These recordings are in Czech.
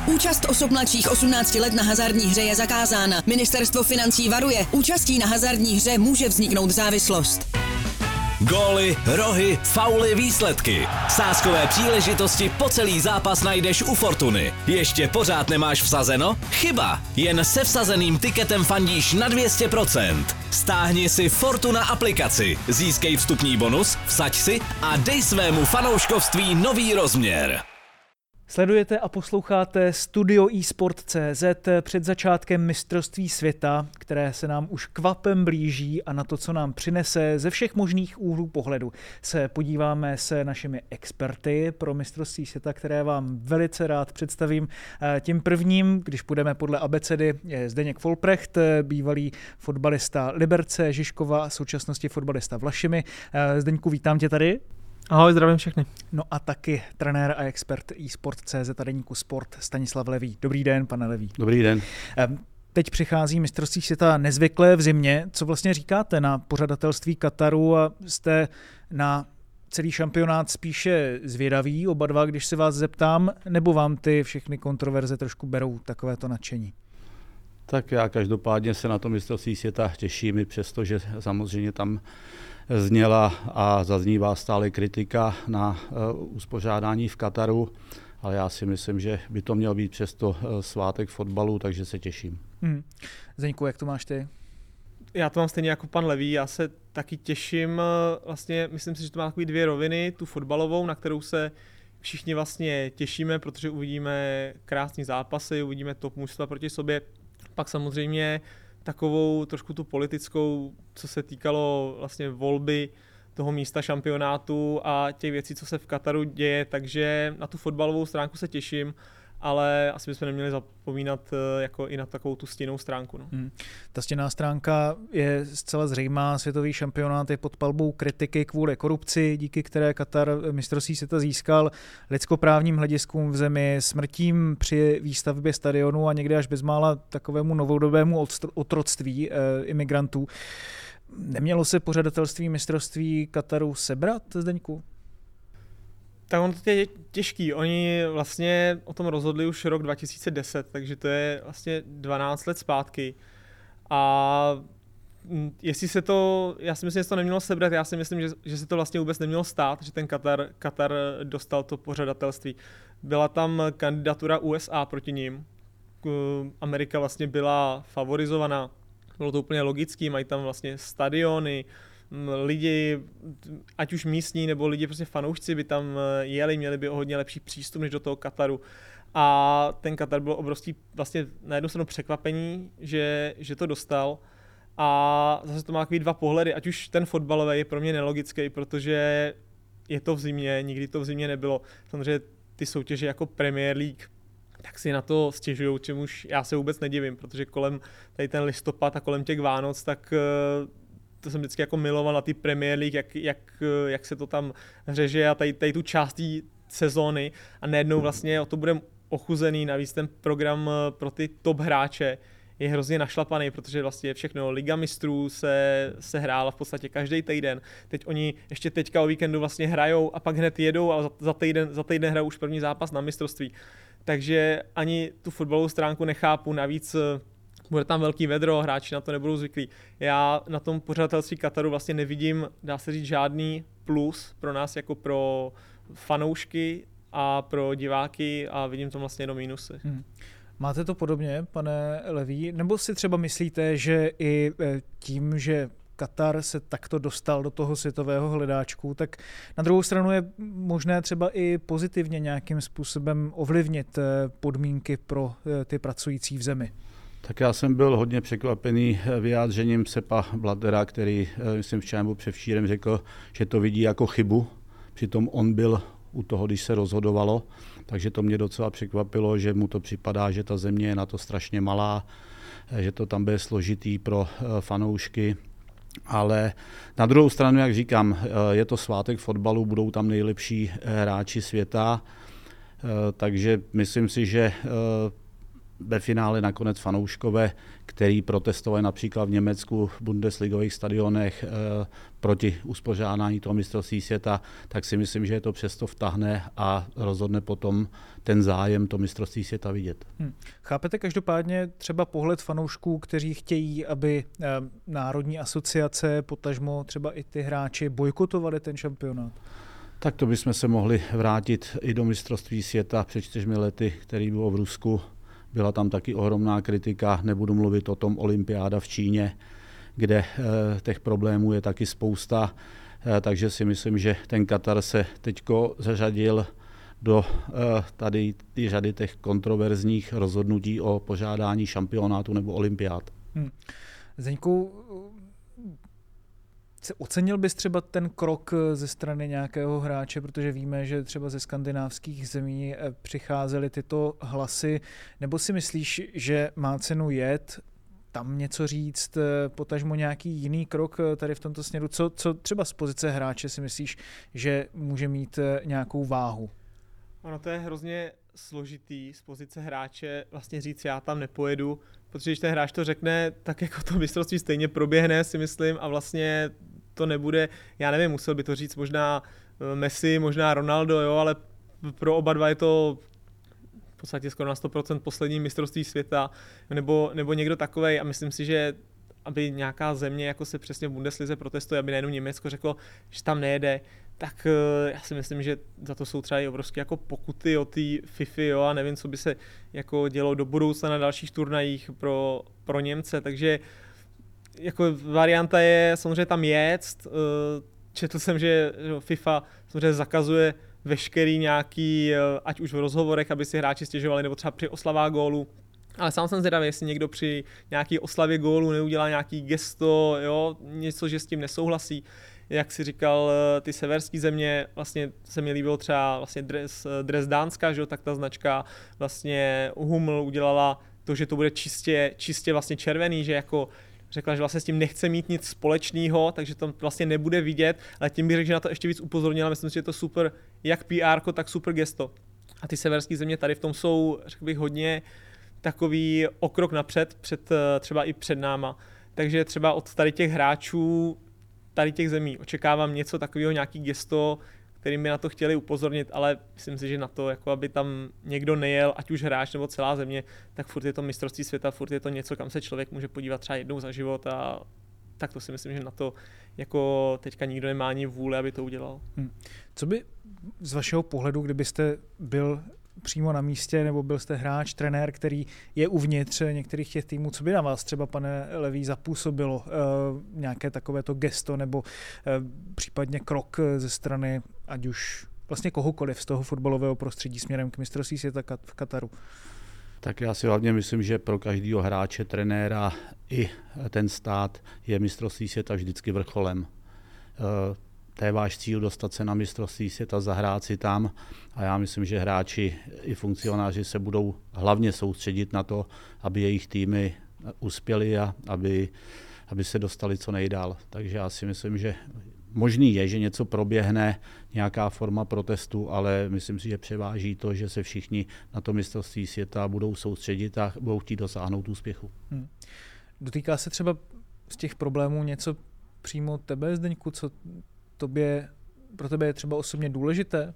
Účast osob mladších 18 let na hazardní hře je zakázána. Ministerstvo financí varuje, účastí na hazardní hře může vzniknout závislost. Góly, rohy, fauly, výsledky. Sázkové příležitosti po celý zápas najdeš u Fortuny. Ještě pořád nemáš vsazeno? Chyba! Jen se vsazeným tiketem fandíš na 200%. Stáhni si Fortuna aplikaci, získej vstupní bonus, vsaď si a dej svému fanouškovství nový rozměr. Sledujete a posloucháte Studio eSport.cz před začátkem mistrovství světa, které se nám už kvapem blíží, a na to, co nám přinese ze všech možných úhlů pohledu, se podíváme se našimi experty pro mistrovství světa, které vám velice rád představím. Tím prvním, když půjdeme podle abecedy, je Zdeněk Volprecht, bývalý fotbalista Liberce, Žižkova, v současnosti fotbalista Vlašimi. Zdeňku, vítám tě tady. Ahoj, zdravím všechny. No a taky trenér a expert eSport.cz a deníku Sport Stanislav Levý. Dobrý den, pane Levý. Dobrý den. Teď přichází mistrovství světa nezvykle v zimě. Co vlastně říkáte na pořadatelství Kataru a jste na celý šampionát spíše zvědaví, oba dva, když se vás zeptám, nebo vám ty všechny kontroverze trošku berou takovéto nadšení? Tak já každopádně se na to mistrovství světa těším, i přesto, že samozřejmě tam zněla a zaznívá stále kritika na uspořádání v Kataru, ale já si myslím, že by to měl být přesto svátek fotbalu, takže se těším. Zdeňku, jak to máš ty? Já to mám stejně jako pan Levý, já se taky těším, vlastně myslím si, že to má takový dvě roviny, tu fotbalovou, na kterou se všichni vlastně těšíme, protože uvidíme krásný zápasy, uvidíme top mužstva proti sobě, pak samozřejmě takovou trošku tu politickou, co se týkalo vlastně volby toho místa šampionátu a těch věcí, co se v Kataru děje, takže na tu fotbalovou stránku se těším, ale asi bychom neměli zapomínat jako i na takovou tu stinnou stránku. No. Ta stinná stránka je zcela zřejmá, světový šampionát je pod palbou kritiky kvůli korupci, díky které Katar mistrovství světa získal, lidskoprávním hlediskům v zemi, smrtím při výstavbě stadionu a někde až bezmála takovému novodobému otroctví imigrantů. Nemělo se pořadatelství mistrovství Kataru sebrat, Zdeňku? Tak ono to je těžký. Oni vlastně o tom rozhodli už rok 2010, takže to je vlastně 12 let zpátky. A jestli se to, já si myslím, že se to nemělo sebrat, já si myslím, že se to vlastně vůbec nemělo stát, že ten Katar dostal to pořadatelství. Byla tam kandidatura USA proti ním. Amerika vlastně byla favorizovaná. Bylo to úplně logický, mají tam vlastně stadiony, lidi, ať už místní nebo lidi prostě fanoušci by tam jeli, měli by o hodně lepší přístup než do toho Kataru. A ten Katar byl obrovský vlastně na jednu stranu překvapení, že to dostal. A zase to má takový dva pohledy, ať už ten fotbalový je pro mě nelogický, protože je to v zimě, nikdy to v zimě nebylo. Samozřejmě ty soutěže jako Premier League, tak si na to stěžujou, čemuž já se vůbec nedivím, protože kolem tady ten listopad a kolem těch Vánoc, tak to jsem vždycky jako miloval na ty Premier League, jak se to tam řeže a tady tu část té sezóny a najednou vlastně o to budeme ochuzený, navíc ten program pro ty top hráče je hrozně našlapaný, protože vlastně všechno, Liga mistrů se hrála v podstatě každý týden. Teď oni ještě teďka o víkendu vlastně hrajou a pak hned jedou a za týden hrajou už první zápas na mistrovství. Takže ani tu fotbalovou stránku nechápu, navíc bude tam velký vedro, hráči na to nebudou zvyklí. Já na tom pořadatelství Kataru vlastně nevidím, dá se říct, žádný plus pro nás jako pro fanoušky a pro diváky a vidím tam vlastně jenom mínusy. Máte to podobně, pane Levý? Nebo si třeba myslíte, že i tím, že Katar se takto dostal do toho světového hledáčku, tak na druhou stranu je možné třeba i pozitivně nějakým způsobem ovlivnit podmínky pro ty pracující v zemi? Tak já jsem byl hodně překvapený vyjádřením Seppa Blattera, který, myslím, včera nebo předevčírem řekl, že to vidí jako chybu. Přitom on byl u toho, když se rozhodovalo, takže to mě docela překvapilo, že mu to připadá, že ta země je na to strašně malá, že to tam bude složitý pro fanoušky. Ale na druhou stranu, jak říkám, je to svátek fotbalu, budou tam nejlepší hráči světa, takže myslím si, že ve finále nakonec fanouškové, který protestovali například v Německu v bundesligových stadionech proti uspořádání toho mistrovství světa, tak si myslím, že je to přesto vtahne a rozhodne potom ten zájem to mistrovství světa vidět. Chápete každopádně třeba pohled fanoušků, kteří chtějí, aby národní asociace, potažmo třeba i ty hráči bojkotovali ten šampionát? Tak to bychom se mohli vrátit i do mistrovství světa před 4 lety, který bylo v Rusku. Byla tam taky ohromná kritika, nebudu mluvit o tom olympiáda v Číně, kde těch problémů je taky spousta, takže si myslím, že ten Katar se teďko zařadil do tady ty řady těch kontroverzních rozhodnutí o pořádání šampionátu nebo olympiád. Zdeňku, ocenil bys třeba ten krok ze strany nějakého hráče, protože víme, že třeba ze skandinávských zemí přicházely tyto hlasy, nebo si myslíš, že má cenu jet, tam něco říct, potažmo nějaký jiný krok tady v tomto směru? Co třeba z pozice hráče si myslíš, že může mít nějakou váhu? Ono to je hrozně složitý z pozice hráče vlastně říct, já tam nepojedu, protože když ten hráč to řekne, tak jako to mistrovství stejně proběhne, si myslím, a vlastně to nebude, já nevím, musel by to říct možná Messi, možná Ronaldo, jo, ale pro oba dva je to v podstatě skoro na 100% poslední mistrovství světa, nebo někdo takovej, a myslím si, že aby nějaká země, jako se přesně v Bundeslize protestuje, aby najednou Německo řeklo, že tam nejede, tak já si myslím, že za to jsou třeba i obrovské jako pokuty od té FIFA, jo, a nevím, co by se jako dělo do budoucna na dalších turnajích pro Němce, takže jako varianta je samozřejmě tam jet. Četl jsem, že FIFA samozřejmě zakazuje veškerý nějaký, ať už v rozhovorech, aby si hráči stěžovali, nebo třeba při oslavách gólu. Ale sám jsem zvědavý, jestli někdo při nějaký oslavě gólu neudělá nějaký gesto, jo, něco, že s tím nesouhlasí. Jak si říkal, ty severské země, vlastně se mi líbilo třeba vlastně dres Dánska, že jo, tak ta značka vlastně Hummel udělala to, že to bude čistě vlastně červený, že jako řekla, že vlastně s tím nechce mít nic společného, takže to vlastně nebude vidět, ale tím bych řekl, že na to ještě víc upozornila. Myslím si, že je to super, jak PR, tak super gesto. A ty severské země tady v tom jsou, řekl bych, hodně takový o krok napřed, třeba i před náma. Takže třeba od tady těch hráčů, tady těch zemí očekávám něco takového, nějaký gesto, který mi na to chtěli upozornit, ale myslím si, že na to, jako aby tam někdo nejel, ať už hráč nebo celá země, tak furt je to mistrovství světa, furt je to něco, kam se člověk může podívat třeba jednou za život, a tak to si myslím, že na to jako teďka nikdo nemá ani vůle, aby to udělal. Co by z vašeho pohledu, kdybyste byl přímo na místě, nebo byl jste hráč, trenér, který je uvnitř některých těch týmů, co by na vás třeba, pane Levý, zapůsobilo nějaké takovéto gesto nebo případně krok ze strany ať už vlastně kohokoliv z toho fotbalového prostředí směrem k mistrovství světa v Kataru? Tak já si hlavně myslím, že pro každého hráče, trenéra i ten stát je mistrovství světa vždycky vrcholem. To je váš cíl, dostat se na mistrovství světa, zahrát si tam, a já myslím, že hráči i funkcionáři se budou hlavně soustředit na to, aby jejich týmy uspěly a aby se dostali co nejdál. Takže já si myslím, že možný je, že něco proběhne, nějaká forma protestu, ale myslím si, že převáží to, že se všichni na to mistrovství světa budou soustředit a budou chtít dosáhnout úspěchu. Dotýká se třeba z těch problémů něco přímo tebe, Zdeňku, co pro tebe je třeba osobně důležité?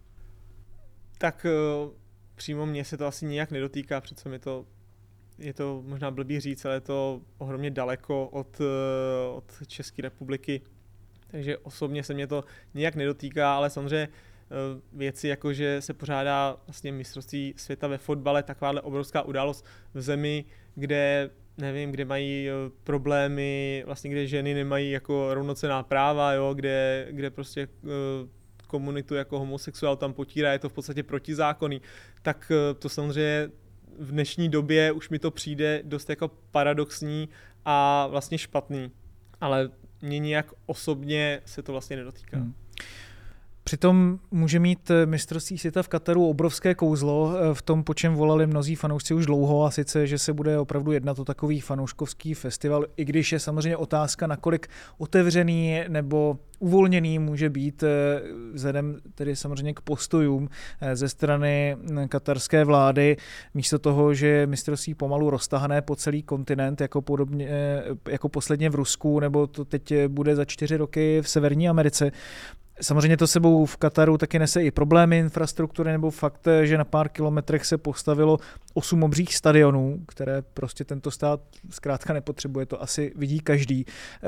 Tak přímo mě se to asi nijak nedotýká, přece je to možná blbý říct, ale je to ohromně daleko od České republiky, takže osobně se mě to nijak nedotýká, ale samozřejmě věci, jako že se pořádá vlastně mistrovství světa ve fotbale, takováhle obrovská událost v zemi, kde nevím, kde mají problémy, vlastně kde ženy nemají jako rovnocenná práva, jo, kde prostě komunitu jako homosexuál tam potírá, je to v podstatě protizákonný, tak to samozřejmě v dnešní době už mi to přijde dost jako paradoxní a vlastně špatný, ale mě nijak osobně se to vlastně nedotýká. Přitom může mít mistrovství světa v Kataru obrovské kouzlo v tom, po čem volali mnozí fanoušci už dlouho, a sice, že se bude opravdu jednat o takový fanouškovský festival, i když je samozřejmě otázka, nakolik otevřený nebo uvolněný může být vzhledem tedy samozřejmě k postojům ze strany katarské vlády, místo toho, že je mistrovství pomalu roztahané po celý kontinent, jako posledně v Rusku, nebo to teď bude za 4 roky v Severní Americe. Samozřejmě to sebou v Kataru taky nese i problémy infrastruktury, nebo fakt, že na pár kilometrech se postavilo 8 obřích stadionů, které prostě tento stát zkrátka nepotřebuje, to asi vidí každý.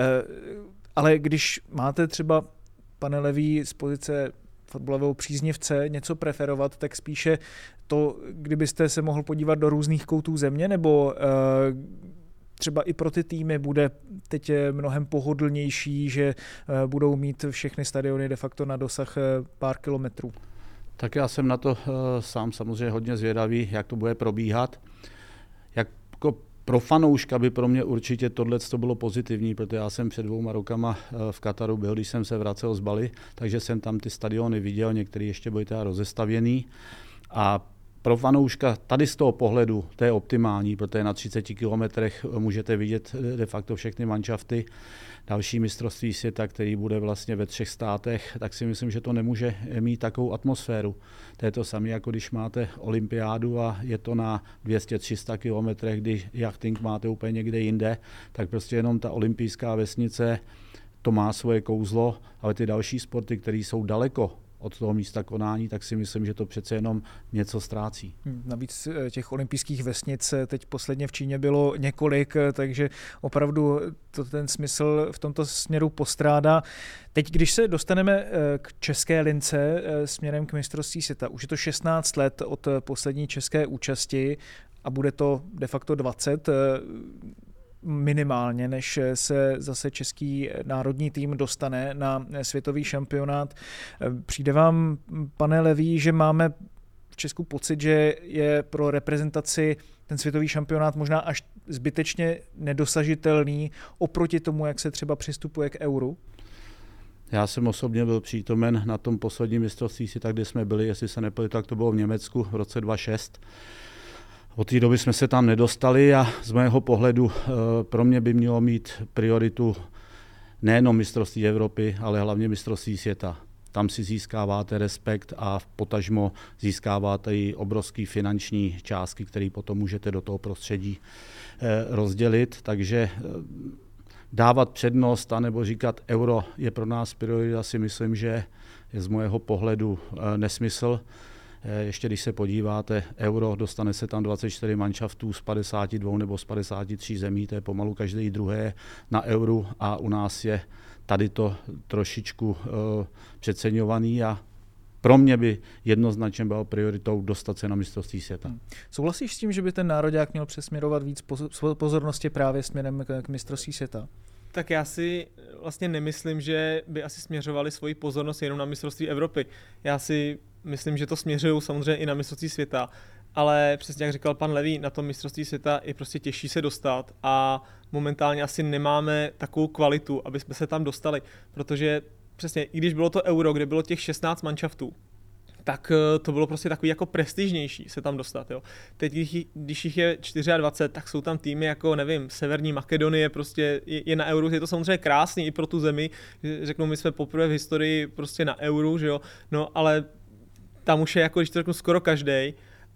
Ale když máte třeba, pane Levý, z pozice fotbalového příznivce něco preferovat, tak spíše to, kdybyste se mohl podívat do různých koutů země, nebo třeba i pro ty týmy bude teď mnohem pohodlnější, že budou mít všechny stadiony de facto na dosah pár kilometrů. Tak já jsem na to sám samozřejmě hodně zvědavý, jak to bude probíhat. Jako pro fanouška by pro mě určitě tohle bylo pozitivní, protože já jsem před 2 rokama v Kataru byl, když jsem se vracel z Bali, takže jsem tam ty stadiony viděl, některé ještě byly teda rozestavěný. A pro fanouška tady z toho pohledu to je optimální, protože na 30 kilometrech můžete vidět de facto všechny manšafty. Další mistrovství světa, který bude vlastně ve 3 státech, tak si myslím, že to nemůže mít takovou atmosféru. To je to samé, jako když máte olympiádu a je to na 200-300 kilometrech, kdy jachting máte úplně někde jinde, tak prostě jenom ta olympijská vesnice, to má svoje kouzlo, ale ty další sporty, které jsou daleko od toho místa konání, tak si myslím, že to přece jenom něco ztrácí. Navíc těch olympijských vesnic teď posledně v Číně bylo několik, takže opravdu to ten smysl v tomto směru postrádá. Teď, když se dostaneme k české lince směrem k mistrovství světa, už je to 16 let od poslední české účasti a bude to de facto 20 minimálně, než se zase český národní tým dostane na světový šampionát. Přijde vám, pane Levý, že máme v Česku pocit, že je pro reprezentaci ten světový šampionát možná až zbytečně nedosažitelný oproti tomu, jak se třeba přistupuje k euru? Já jsem osobně byl přítomen na tom posledním mistrovství světa, kde jsme byli, jestli se nepletu, tak to bylo v Německu v roce 2006. Od té doby jsme se tam nedostali a z mého pohledu pro mě by mělo mít prioritu nejenom mistrovství Evropy, ale hlavně mistrovství světa. Tam si získáváte respekt a potažmo získáváte i obrovský finanční částky, které potom můžete do toho prostředí rozdělit. Takže dávat přednost anebo říkat euro je pro nás priorita, si myslím, že je z mého pohledu nesmysl. Ještě když se podíváte, euro, dostane se tam 24 manšaftů z 52 nebo z 53 zemí, to je pomalu každý druhé na euru a u nás je tady to trošičku přeceňovaný a pro mě by jednoznačně bylo prioritou dostat se na mistrovství světa. Souhlasíš s tím, že by ten nároďák měl přesměrovat víc pozornosti právě směrem k mistrovství světa? Tak já si vlastně nemyslím, že by asi směřovali svoji pozornost jenom na mistrovství Evropy. Já si myslím, že to směřují samozřejmě i na mistrovství světa, ale přesně jak říkal pan Levý, na tom mistrovství světa je prostě těžší se dostat a momentálně asi nemáme takovou kvalitu, aby jsme se tam dostali, protože přesně, i když bylo to euro, kde bylo těch 16 manšaftů, tak to bylo prostě takový jako prestižnější se tam dostat. Jo. Teď, když jich je 24, tak jsou tam týmy jako, nevím, Severní Makedonie, prostě je na euru, je to samozřejmě krásný i pro tu zemi, řeknou, my jsme poprvé v historii prostě na euru, že jo, no ale tam už je jako, když to řeknu, skoro každej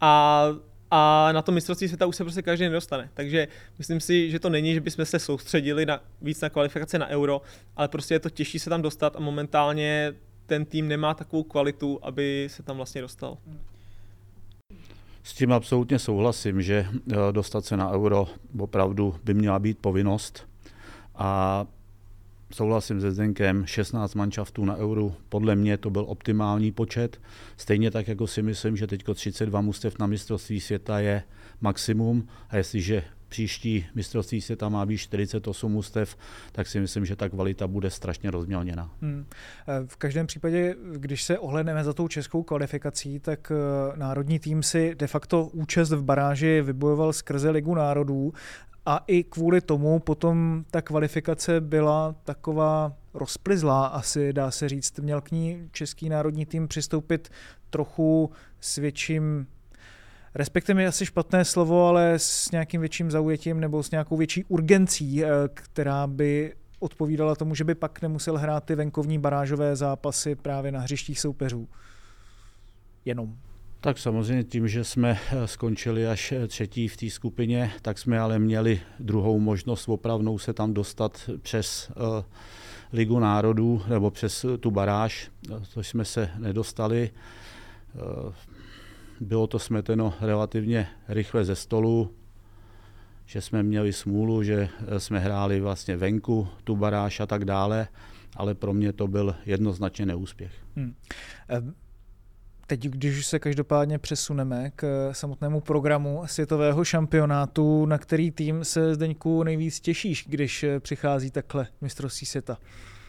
a na to mistrovství světa už se prostě každý nedostane. Takže myslím si, že to není, že bychom se soustředili víc na kvalifikace na euro, ale prostě je to těžší se tam dostat a momentálně ten tým nemá takovou kvalitu, aby se tam vlastně dostal. S tím absolutně souhlasím, že dostat se na euro opravdu by měla být povinnost a souhlasím se Zdenkem, 16 manšaftů na euru, podle mě to byl optimální počet. Stejně tak, jako si myslím, že teď 32 mužstev na mistrovství světa je maximum a jestliže příští mistrovství světa má být 48 mužstev, tak si myslím, že ta kvalita bude strašně rozmělněná. V každém případě, když se ohlédneme za tou českou kvalifikací, tak národní tým si de facto účast v baráži vybojoval skrze Ligu národů A i kvůli tomu potom ta kvalifikace byla taková rozplyzlá, asi dá se říct. Měl k ní český národní tým přistoupit trochu s větším, respektive je asi špatné slovo, ale s nějakým větším zaujetím nebo s nějakou větší urgencí, která by odpovídala tomu, že by pak nemusel hrát ty venkovní barážové zápasy právě na hřištích soupeřů. Jenom. Tak samozřejmě tím, že jsme skončili až třetí v té skupině, tak jsme ale měli druhou možnost opravnou se tam dostat přes Ligu národů nebo přes tu baráž, což jsme se nedostali. Bylo to smeteno relativně rychle ze stolu, že jsme měli smůlu, že jsme hráli vlastně venku tu baráž a tak dále, ale pro mě to byl jednoznačně neúspěch. Teď, když se každopádně přesuneme k samotnému programu světového šampionátu, na který tým se, Zdeňku, nejvíc těšíš, když přichází takhle mistrovství světa?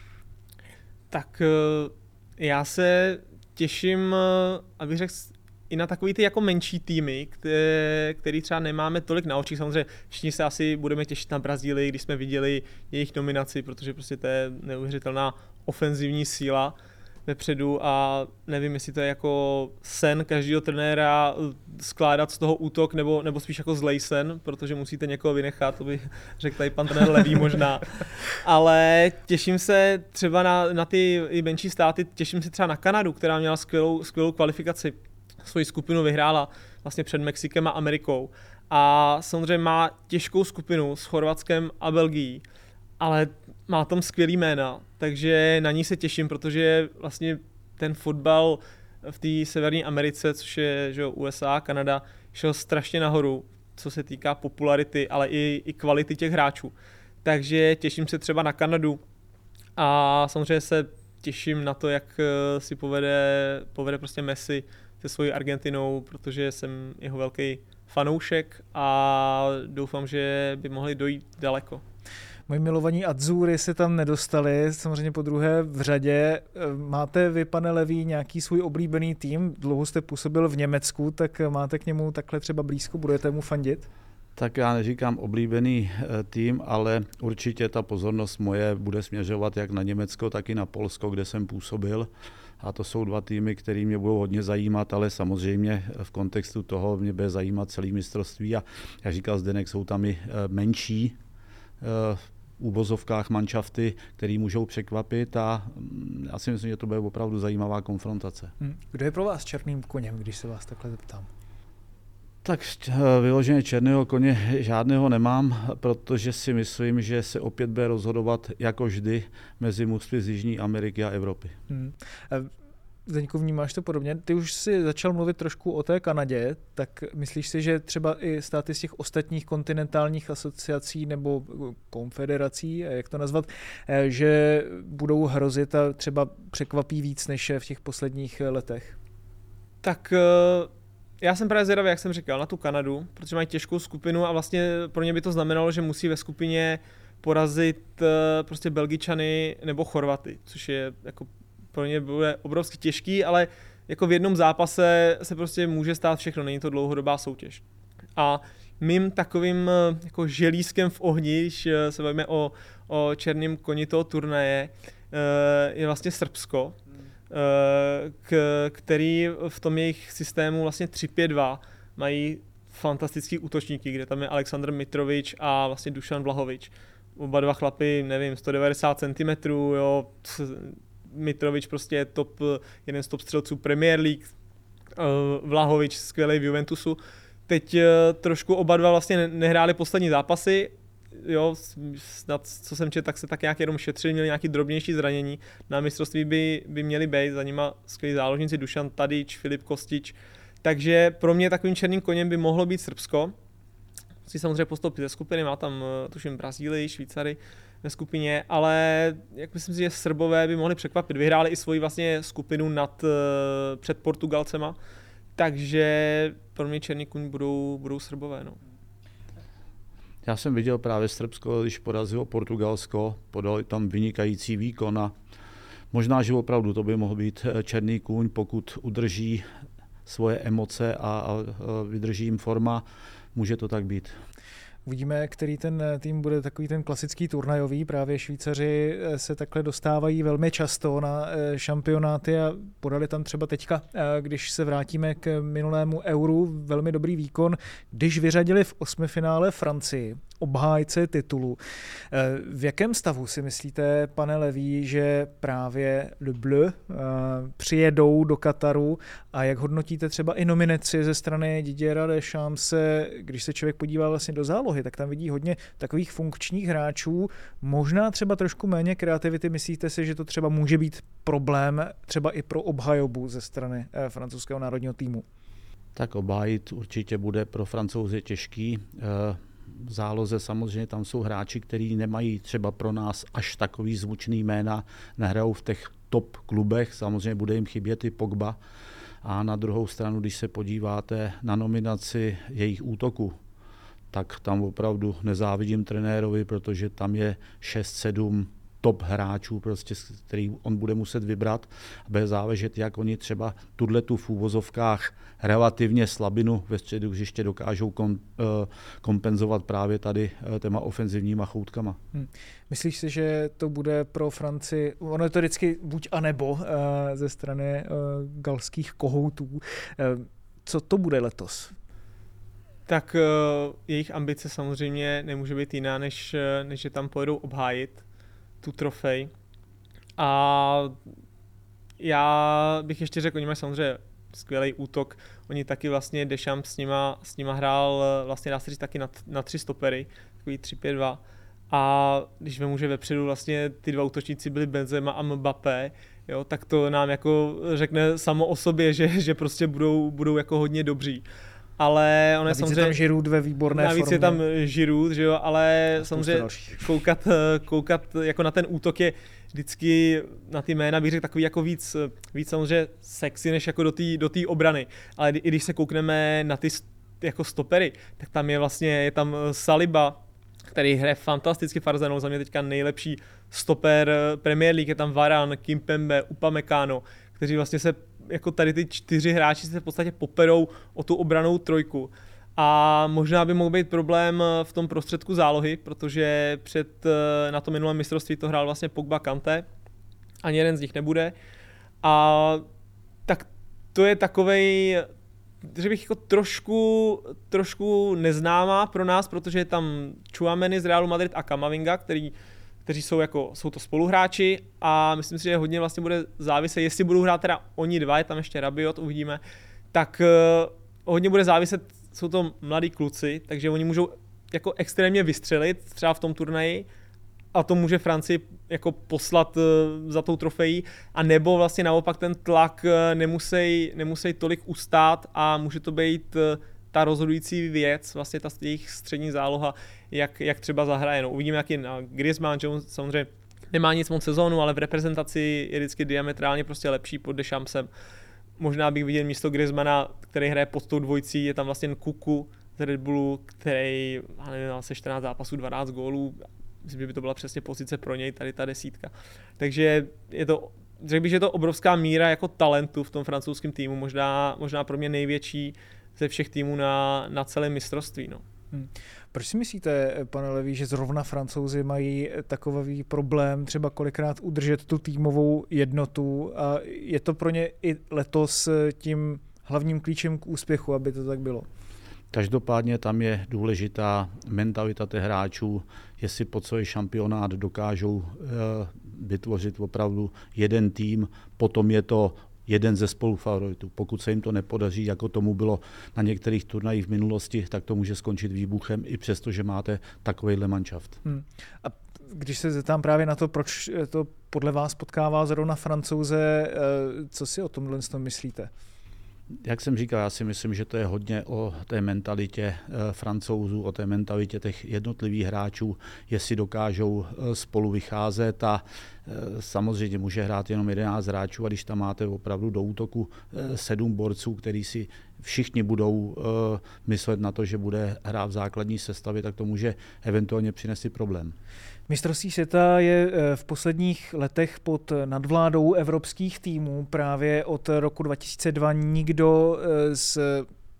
Tak já se těším, abych řekl, i na takový ty jako menší týmy, který třeba nemáme tolik na očích. Samozřejmě všichni se asi budeme těšit na Brazílii, když jsme viděli jejich nominaci, protože prostě to je neuvěřitelná ofenzivní síla vepředu a nevím, jestli to je jako sen každého trenéra skládat z toho útok, nebo spíš jako zlej sen, protože musíte někoho vynechat, to by řekl tady pan trenér Levý možná. Ale těším se třeba na ty menší státy, těším se třeba na Kanadu, která měla skvělou kvalifikaci. Svoji skupinu vyhrála vlastně před Mexikem a Amerikou. A samozřejmě má těžkou skupinu s Chorvatskem a Belgií, ale má tam skvělý jména, takže na ní se těším, protože vlastně ten fotbal v té Severní Americe, což je že USA, Kanada, šel strašně nahoru, co se týká popularity, ale i kvality těch hráčů. Takže těším se třeba na Kanadu a samozřejmě se těším na to, jak si povede prostě Messi se svojí Argentinou, protože jsem jeho velký fanoušek a doufám, že by mohli dojít daleko. Moji milovaní Azzurri se tam nedostali, samozřejmě po druhé v řadě. Máte vy, pane Levý, nějaký svůj oblíbený tým? Dlouho jste působil v Německu, tak máte k němu takhle třeba blízko, budete mu fandit? Tak já neříkám oblíbený tým, ale určitě ta pozornost moje bude směřovat jak na Německo, tak i na Polsko, kde jsem působil. A to jsou dva týmy, které mě budou hodně zajímat, ale samozřejmě v kontextu toho mě bude zajímat celý mistrovství. A jak říkal Zdeněk, jsou tam i menší úvozovkách manšafty, které můžou překvapit a já si myslím, že to bude opravdu zajímavá konfrontace. Kdo je pro vás černým koněm, když se vás takhle zeptám? Tak vyloženě černého koně žádného nemám, protože si myslím, že se opět bude rozhodovat jako vždy mezi mužstvy z Jižní Ameriky a Evropy. Zdeňku, vnímáš to podobně? Ty už si začal mluvit trošku o té Kanadě, tak myslíš si, že třeba i státy z těch ostatních kontinentálních asociací nebo konfederací, jak to nazvat, že budou hrozit a třeba překvapí víc než v těch posledních letech? Tak já jsem právě zvědavý, jak jsem říkal, na tu Kanadu, protože mají těžkou skupinu a vlastně pro ně by to znamenalo, že musí ve skupině porazit prostě Belgičany nebo Chorvaty, což je jako pro ně bude obrovsky těžký, ale jako v jednom zápase se prostě může stát všechno, není to dlouhodobá soutěž. A mým takovým jako želízkem v ohni, když se bavíme o černém koni toho turnaje, je vlastně Srbsko, který v tom jejich systému vlastně 3-5-2 mají fantastický útočníky, kde tam je Aleksandr Mitrovič a vlastně Dušan Vlahovič. Oba dva chlapy, nevím, 190 cm, jo, Mitrovič prostě je jeden z top střelců Premier League, Vlahovič skvělý v Juventusu. Teď trošku oba dva vlastně nehráli poslední zápasy, jo, snad, co jsem četl, tak se tak nějak jenom šetřili, měli nějaký drobnější zranění. Na mistrovství by měli být, za nima skvělí záložníci Dušan Tadić, Filip Kostić. Takže pro mě takovým černým koněm by mohlo být Srbsko. Musí samozřejmě postoupit ze skupiny, má tam tuším Brazílii, Švýcary ve skupině, ale jak myslím si, že Srbové by mohli překvapit. Vyhráli i svoji vlastně skupinu před Portugalcema, takže pro mě černý kůň budou Srbové. No. Já jsem viděl právě Srbsko, když porazilo Portugalsko, podali tam vynikající výkon a možná, že opravdu to by mohl být černý kůň, pokud udrží svoje emoce a vydrží jim forma, může to tak být. Uvidíme, který ten tým bude takový ten klasický turnajový. Právě Švýcaři se takhle dostávají velmi často na šampionáty a podali tam třeba teďka, když se vrátíme k minulému Euru, velmi dobrý výkon, když vyřadili v osmifinále Francii, obhájce titulu. V jakém stavu si myslíte, pane Levý, že právě Le Bleu přijedou do Kataru a jak hodnotíte třeba i nominaci ze strany Didiera Deschamps, když se člověk podívá vlastně do zálohy, tak tam vidí hodně takových funkčních hráčů, možná třeba trošku méně kreativity. Myslíte si, že to třeba může být problém třeba i pro obhajobu ze strany francouzského národního týmu? Tak obhájit určitě bude pro Francouze těžký. V záloze samozřejmě tam jsou hráči, kteří nemají třeba pro nás až takový zvučný jména, nehrajou v těch top klubech, samozřejmě bude jim chybět i Pogba. A na druhou stranu, když se podíváte na nominaci jejich útoku, tak tam opravdu nezávidím trenérovi, protože tam je 6-7 top hráčů, prostě, který on bude muset vybrat a bude záležet, jak oni třeba tu v úvozovkách relativně slabinu ve středu hřiště dokážou kompenzovat právě tady těma ofenzivníma choutkama. Myslíš si, že to bude pro Francii, ono je to vždycky buď a nebo ze strany galských kohoutů. Co to bude letos? Tak jejich ambice samozřejmě nemůže být jiná, než že tam pojedou obhájit tu trofej. A já bych ještě řekl, oni mají samozřejmě skvělý útok. Oni taky vlastně Deschamps s nima hrál vlastně dá se říct taky na 3 stopery, takový 3-5-2. A když vemu, že vepředu vlastně ty 2 útočníci byli Benzema a Mbappé, jo, tak to nám jako řekne samo o sobě, že prostě budou jako hodně dobří. Ale on je samozřejmě... je tam Giroud ve výborné formě. Navíc je tam Giroud, že jo, ale samozřejmě koukat jako na ten útok je vždycky na ty jména, bych řekl, takový jako víc samozřejmě sexy, než jako do té obrany. Ale i když se koukneme na ty jako stopery, tak tam je tam Saliba, který hraje fantasticky v Arsenalu, za mě teďka nejlepší stoper Premier League, je tam Varane, Kimpembe, Upamecano, kteří vlastně se jako tady ty 4 hráči se v podstatě poperou o tu obranou trojku. A možná by mohl být problém v tom prostředku zálohy, protože na tom minulém mistrovství to hrál vlastně Pogba, Kanté, ani jeden z nich nebude. A tak to je takovej, že bych jako trošku neznámá pro nás, protože je tam Tchouaméni z Realu Madrid a Camavinga, kteří jsou to spoluhráči a myslím si, že hodně vlastně bude záviset, jestli budou hrát teda oni dva, je tam ještě Rabiot, uvidíme, tak hodně bude záviset, jsou to mladí kluci, takže oni můžou jako extrémně vystřelit třeba v tom turnaji a to může Francii jako poslat za tou trofejí, a nebo vlastně naopak ten tlak nemusí tolik ustát a může to být ta rozhodující věc, vlastně ta jejich střední záloha, jak třeba zahraje. No, uvidíme, jak je Griezmann, Jones samozřejmě nemá nic moc sezónu, ale v reprezentaci je vždycky diametrálně prostě lepší pod Deschampsem. Možná bych viděl místo Griezmana, který hraje pod tou dvojicí, je tam vlastně Kuku z Red Bullu, který má se 14 zápasů, 12 gólů. Myslím, že by to byla přesně pozice pro něj, tady ta 10. Takže řekl bych, že je to obrovská míra jako talentu v tom francouzském týmu, možná pro mě největší ze všech týmů na celém mistrovství. No. Proč si myslíte, pane Levý, že zrovna Francouzi mají takový problém třeba kolikrát udržet tu týmovou jednotu a je to pro ně i letos tím hlavním klíčem k úspěchu, aby to tak bylo? Každopádně tam je důležitá mentalita těch hráčů, jestli po celý šampionát dokážou vytvořit opravdu jeden tým, potom je to jeden ze spolufavoritů. Pokud se jim to nepodaří, jako tomu bylo na některých turnajích v minulosti, tak to může skončit výbuchem, i přesto, že máte takovejhle manšaft. A když se zeptám právě na to, proč to podle vás potkává zrovna Francouze, co si o tomhle myslíte? Jak jsem říkal, já si myslím, že to je hodně o té mentalitě Francouzů, o té mentalitě těch jednotlivých hráčů, jestli dokážou spolu vycházet a samozřejmě může hrát jenom 11 hráčů a když tam máte opravdu do útoku 7 borců, který si všichni budou myslet na to, že bude hrát v základní sestavě, tak to může eventuálně přinést problém. Mistrovství světa je v posledních letech pod nadvládou evropských týmů. Právě od roku 2002 nikdo z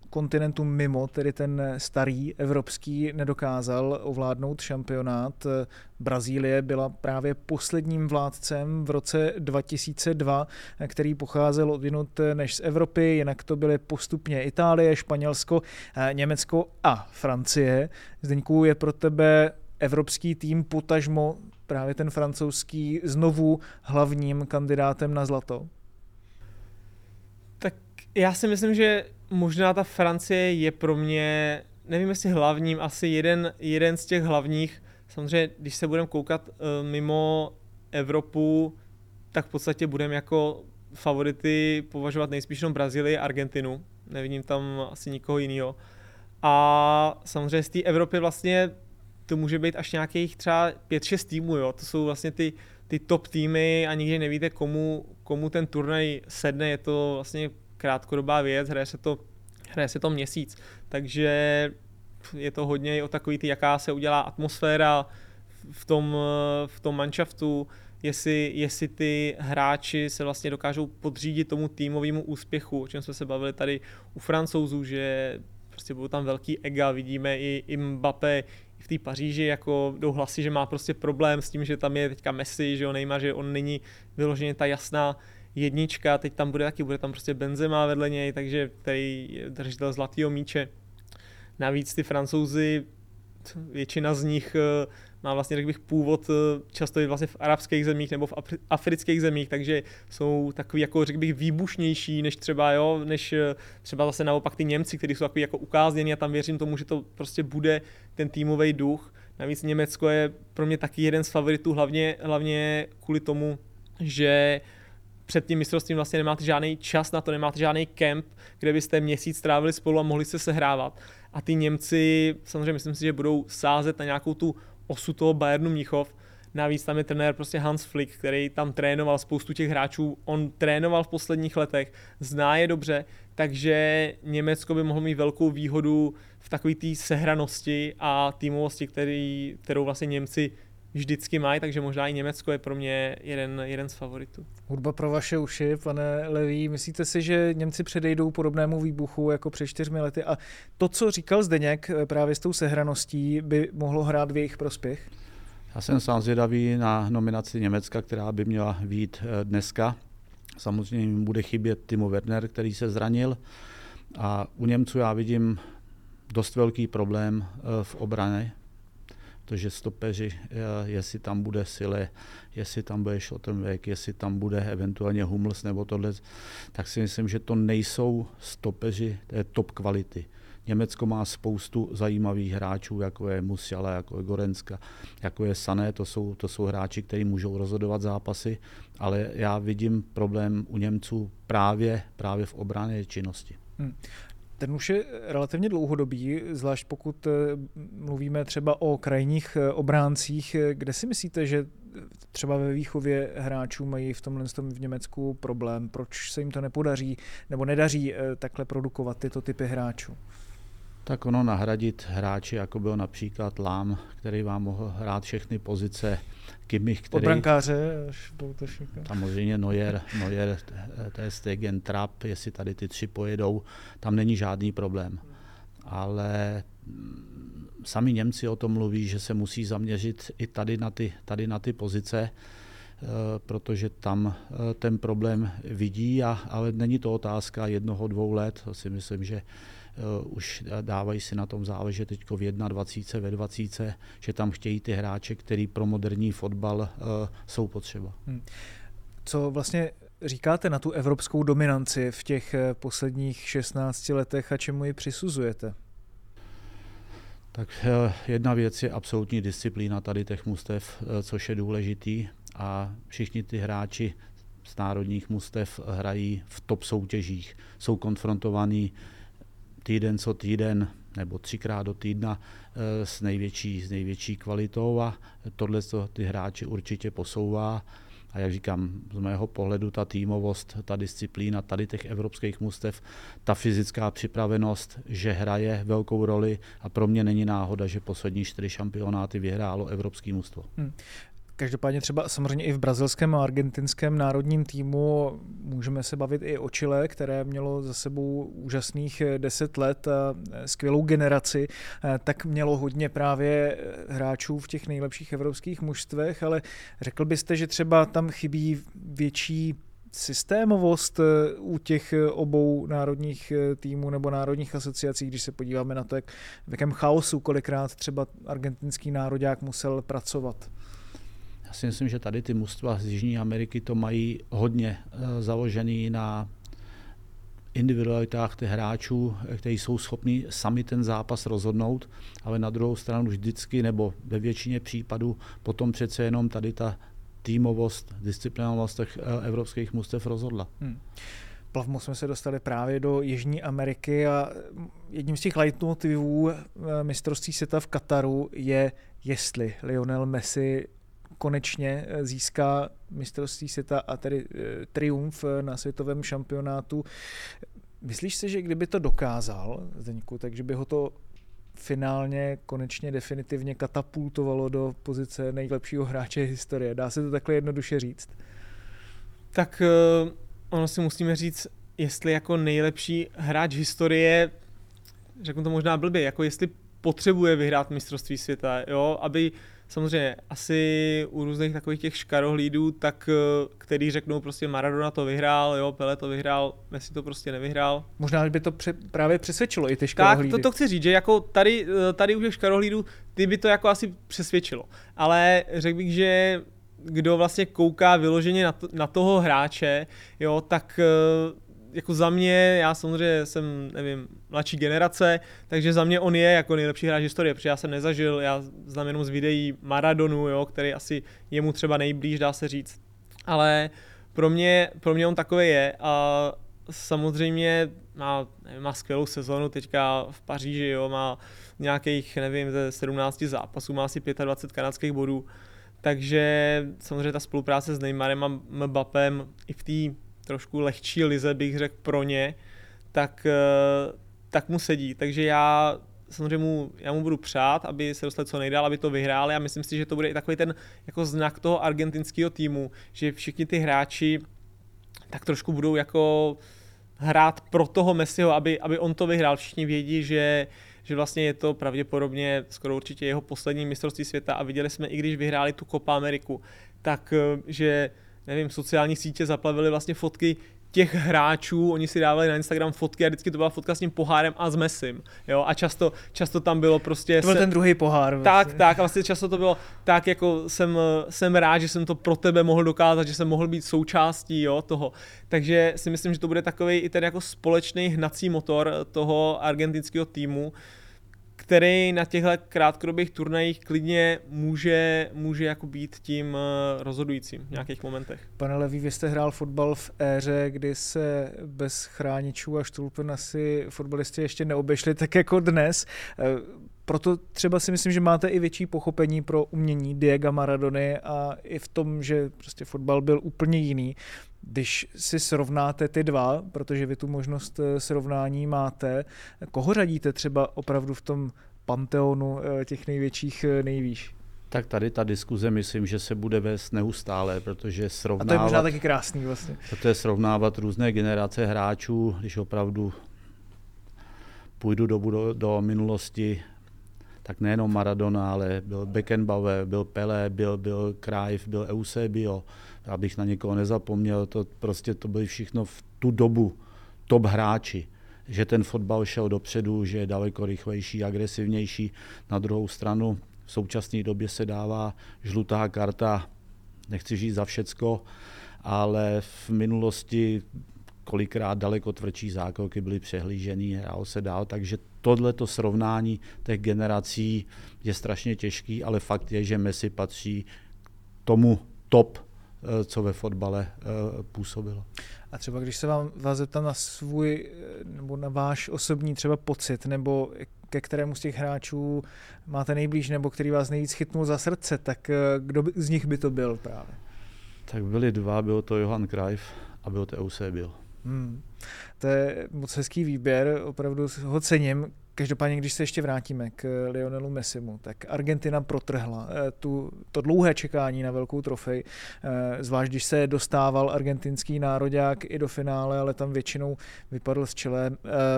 kontinentu mimo, tedy ten starý evropský, nedokázal ovládnout šampionát. Brazílie byla právě posledním vládcem v roce 2002, který pocházel odjinud než z Evropy, jinak to byly postupně Itálie, Španělsko, Německo a Francie. Zdeňku, je pro tebe evropský tým, potažmo právě ten francouzský, znovu hlavním kandidátem na zlato? Tak já si myslím, že možná ta Francie je pro mě, nevím jestli hlavním, asi jeden z těch hlavních. Samozřejmě, když se budeme koukat mimo Evropu, tak v podstatě budeme jako favority považovat nejspíš jenom Brazílii a Argentinu. Nevidím tam asi nikoho jiného. A samozřejmě z té Evropy vlastně to může být až nějakých třeba 5-6 týmů, jo. To jsou vlastně ty top týmy a nikdy nevíte, komu ten turnaj sedne. Je to vlastně krátkodobá věc, hraje se to měsíc. Takže je to hodně o takový jaká se udělá atmosféra v tom manšaftu, jestli ty hráči se vlastně dokážou podřídit tomu týmovému úspěchu, o čem jsme se bavili tady u Francouzů, že prostě budou tam velký ega, vidíme i Mbappé i v té Paříži, jako jdou hlasy, že má prostě problém s tím, že tam je teďka Messi, že Neymar, že on není vyloženě ta jasná jednička, teď tam bude tam prostě Benzema vedle něj, takže který je držitel zlatého míče. Navíc ty Francouzi, většina z nich má vlastně, řekl bych, původ často i vlastně v arabských zemích nebo v afrických zemích, takže jsou takový, jako řekl bych, výbušnější než třeba zase naopak ty Němci, kteří jsou takový jako ukáznění a tam věřím tomu, že to prostě bude ten týmový duch. Navíc Německo je pro mě taky jeden z favoritů, hlavně kvůli tomu, že před tím mistrovstvím vlastně nemáte žádný čas na to, nemáte žádný kemp, kde byste měsíc strávili spolu a mohli se sehrávat. A ty Němci, samozřejmě myslím si, že budou sázet na nějakou tu osu toho Bayernu Mnichov. Navíc tam je trenér prostě Hans Flick, který tam trénoval spoustu těch hráčů. On trénoval v posledních letech, zná je dobře, takže Německo by mohlo mít velkou výhodu v takové té sehranosti a týmovosti, kterou vlastně Němci vždycky mají, takže možná i Německo je pro mě jeden z favoritů. Hudba pro vaše uši, pane Levý. Myslíte si, že Němci předejdou podobnému výbuchu jako před 4 lety? A to, co říkal Zdeněk právě s tou sehraností, by mohlo hrát v jejich prospěch? Já jsem sám zvědavý na nominaci Německa, která by měla být dneska. Samozřejmě jim bude chybět Timo Werner, který se zranil. A u Němců já vidím dost velký problém v obraně, protože stopeři, jestli tam bude Sile, jestli tam bude Schlotterbeck, jestli tam bude eventuálně Hummels nebo tohle, tak si myslím, že to nejsou stopeři té top kvality. Německo má spoustu zajímavých hráčů, jako je Musiala, jako je Goretzka, jako je Sané, to jsou hráči, kteří můžou rozhodovat zápasy, ale já vidím problém u Němců právě v obranné činnosti. Ten už je relativně dlouhodobý, zvlášť pokud mluvíme třeba o krajních obráncích. Kde si myslíte, že třeba ve výchově hráčů mají v tomhle v Německu problém? Proč se jim to nepodaří nebo nedaří takhle produkovat tyto typy hráčů? Tak ono nahradit hráči, jako byl například Lahm, který vám mohl hrát všechny pozice, Kimmich, který... Od brankáře až po útočníka. Samozřejmě Neuer, Ter Stegen, Trapp, jestli tady ty 3 pojedou, tam není žádný problém. Ale sami Němci o tom mluví, že se musí zaměřit i tady na ty pozice, protože tam ten problém vidí, ale není to otázka 1-2 let. To si myslím, že už dávají si na tom záležet teď v 21, ve 20, že tam chtějí ty hráče, který pro moderní fotbal jsou potřeba. Co vlastně říkáte na tu evropskou dominanci v těch posledních 16 letech a čemu ji přisuzujete? Tak jedna věc je absolutní disciplína tady těch mužstev, což je důležitý, a všichni ty hráči z národních mužstev hrají v top soutěžích, jsou konfrontovaní týden co týden nebo 3krát do týdna s největší kvalitou a tohle ty hráči určitě posouvá. A jak říkám, z mého pohledu ta týmovost, ta disciplína tady těch evropských mužstev, ta fyzická připravenost, že hraje velkou roli, a pro mě není náhoda, že poslední 4 šampionáty vyhrálo evropský mužstvo. Každopádně třeba samozřejmě i v brazilském a argentinském národním týmu můžeme se bavit i o Chile, které mělo za sebou úžasných 10 let a skvělou generaci, tak mělo hodně právě hráčů v těch nejlepších evropských mužstvech, ale řekl byste, že třeba tam chybí větší systémovost u těch obou národních týmů nebo národních asociací, když se podíváme na to, v jakém chaosu kolikrát třeba argentinský nároďák musel pracovat? Já si myslím, že tady ty mužstva z Jižní Ameriky to mají hodně založený na individualitách těch hráčů, kteří jsou schopni sami ten zápas rozhodnout, ale na druhou stranu vždycky nebo ve většině případů potom přece jenom tady ta týmovost, disciplinovost těch evropských mužstev rozhodla. Plavmo jsme se dostali právě do Jižní Ameriky a jedním z těch leitmotivů mistrovství světa v Kataru je, jestli Lionel Messi konečně získá mistrovství světa a tedy triumf na světovém šampionátu. Myslíš si, že kdyby to dokázal, Zdeňku, takže by ho to finálně konečně definitivně katapultovalo do pozice nejlepšího hráče historie? Dá se to takhle jednoduše říct? Tak ono si musíme říct, jestli jako nejlepší hráč historie, řeknu to možná blbě, jako jestli potřebuje vyhrát mistrovství světa, jo, aby samozřejmě asi u různých takových těch škarohlídů, tak který řeknou prostě Maradona to vyhrál, jo, Pelé to vyhrál, Messi to prostě nevyhrál. Možná by to právě přesvědčilo i ty škarohlídy. Tak to chci říct, že jako tady u těch škarohlídů ty by to jako asi přesvědčilo. Ale řekl bych, že kdo vlastně kouká vyloženě na toho hráče, jo, tak jako za mě, já samozřejmě jsem, nevím, mladší generace, takže za mě on je jako nejlepší hráč historie, protože já jsem nezažil, já znám jenom z videí Maradonu, jo, který asi je mu třeba nejblíž, dá se říct. Ale pro mě on takový je a samozřejmě má skvělou sezonu teďka v Paříži, jo, má nějakých, nevím, ze 17 zápasů, má asi 25 kanadských bodů, takže samozřejmě ta spolupráce s Neymarem a Mbappém i v té trošku lehčí lize, bych řekl, pro ně, tak mu sedí. Takže já mu budu přát, aby se dostali co nejdál, aby to vyhráli a myslím si, že to bude i takový ten jako znak toho argentinského týmu, že všichni ty hráči tak trošku budou jako hrát pro toho Messiho, aby on to vyhrál. Všichni vědí, že vlastně je to pravděpodobně skoro určitě jeho poslední mistrovství světa a viděli jsme, i když vyhráli tu Copa Ameriku, tak že nevím, sociální sítě zaplavily vlastně fotky těch hráčů, oni si dávali na Instagram fotky a vždycky to byla fotka s tím pohárem a s Messim, jo, a často tam bylo prostě... To byl ten druhý pohár. Tak, a vlastně často to bylo tak, jako jsem rád, že jsem to pro tebe mohl dokázat, že jsem mohl být součástí, jo, toho. Takže si myslím, že to bude takový i ten jako společný hnací motor toho argentinského týmu, který na těchto krátkodobých turnajích klidně může jako být tím rozhodujícím v nějakých momentech. Pane Levý, vy jste hrál fotbal v éře, kdy se bez chráničů a štulpen asi fotbalisti ještě neobešli tak jako dnes. Proto třeba si myslím, že máte i větší pochopení pro umění Diega Maradony a i v tom, že prostě fotbal byl úplně jiný. Když si srovnáte ty dva, protože vy tu možnost srovnání máte, koho řadíte třeba opravdu v tom panteonu těch největších nejvýš? Tak tady ta diskuze myslím, že se bude vést neustále, protože srovnávat... A to je možná taky krásný vlastně. Protože srovnávat různé generace hráčů, když opravdu půjdu do minulosti, tak nejenom Maradona, ale byl Beckenbauer, byl Pelé, byl Cruyff, byl Eusebio, abych na někoho nezapomněl, to byly všechno v tu dobu top hráči, že ten fotbal šel dopředu, že je daleko rychlejší, agresivnější. Na druhou stranu v současné době se dává žlutá karta, nechci říct za všecko, ale v minulosti kolikrát daleko tvrdší zákroky byly přehlížený, hrálo se dál, takže tohleto srovnání těch generací je strašně těžký, ale fakt je, že Messi patří tomu top, co ve fotbale působilo. A třeba když se vás zeptám na svůj nebo na váš osobní třeba pocit, nebo ke kterému z těch hráčů máte nejblíž, nebo který vás nejvíc chytnul za srdce, tak kdo z nich by to byl právě? Tak byli dva, byl to Johan Cruyff a byl to Eusebio. To je moc hezký výběr, opravdu ho cením. Každopádně, když se ještě vrátíme k Lionelu Messimu, tak Argentina protrhla to dlouhé čekání na velkou trofej, zvlášť když se dostával argentinský nároďák i do finále, ale tam většinou vypadl z čele.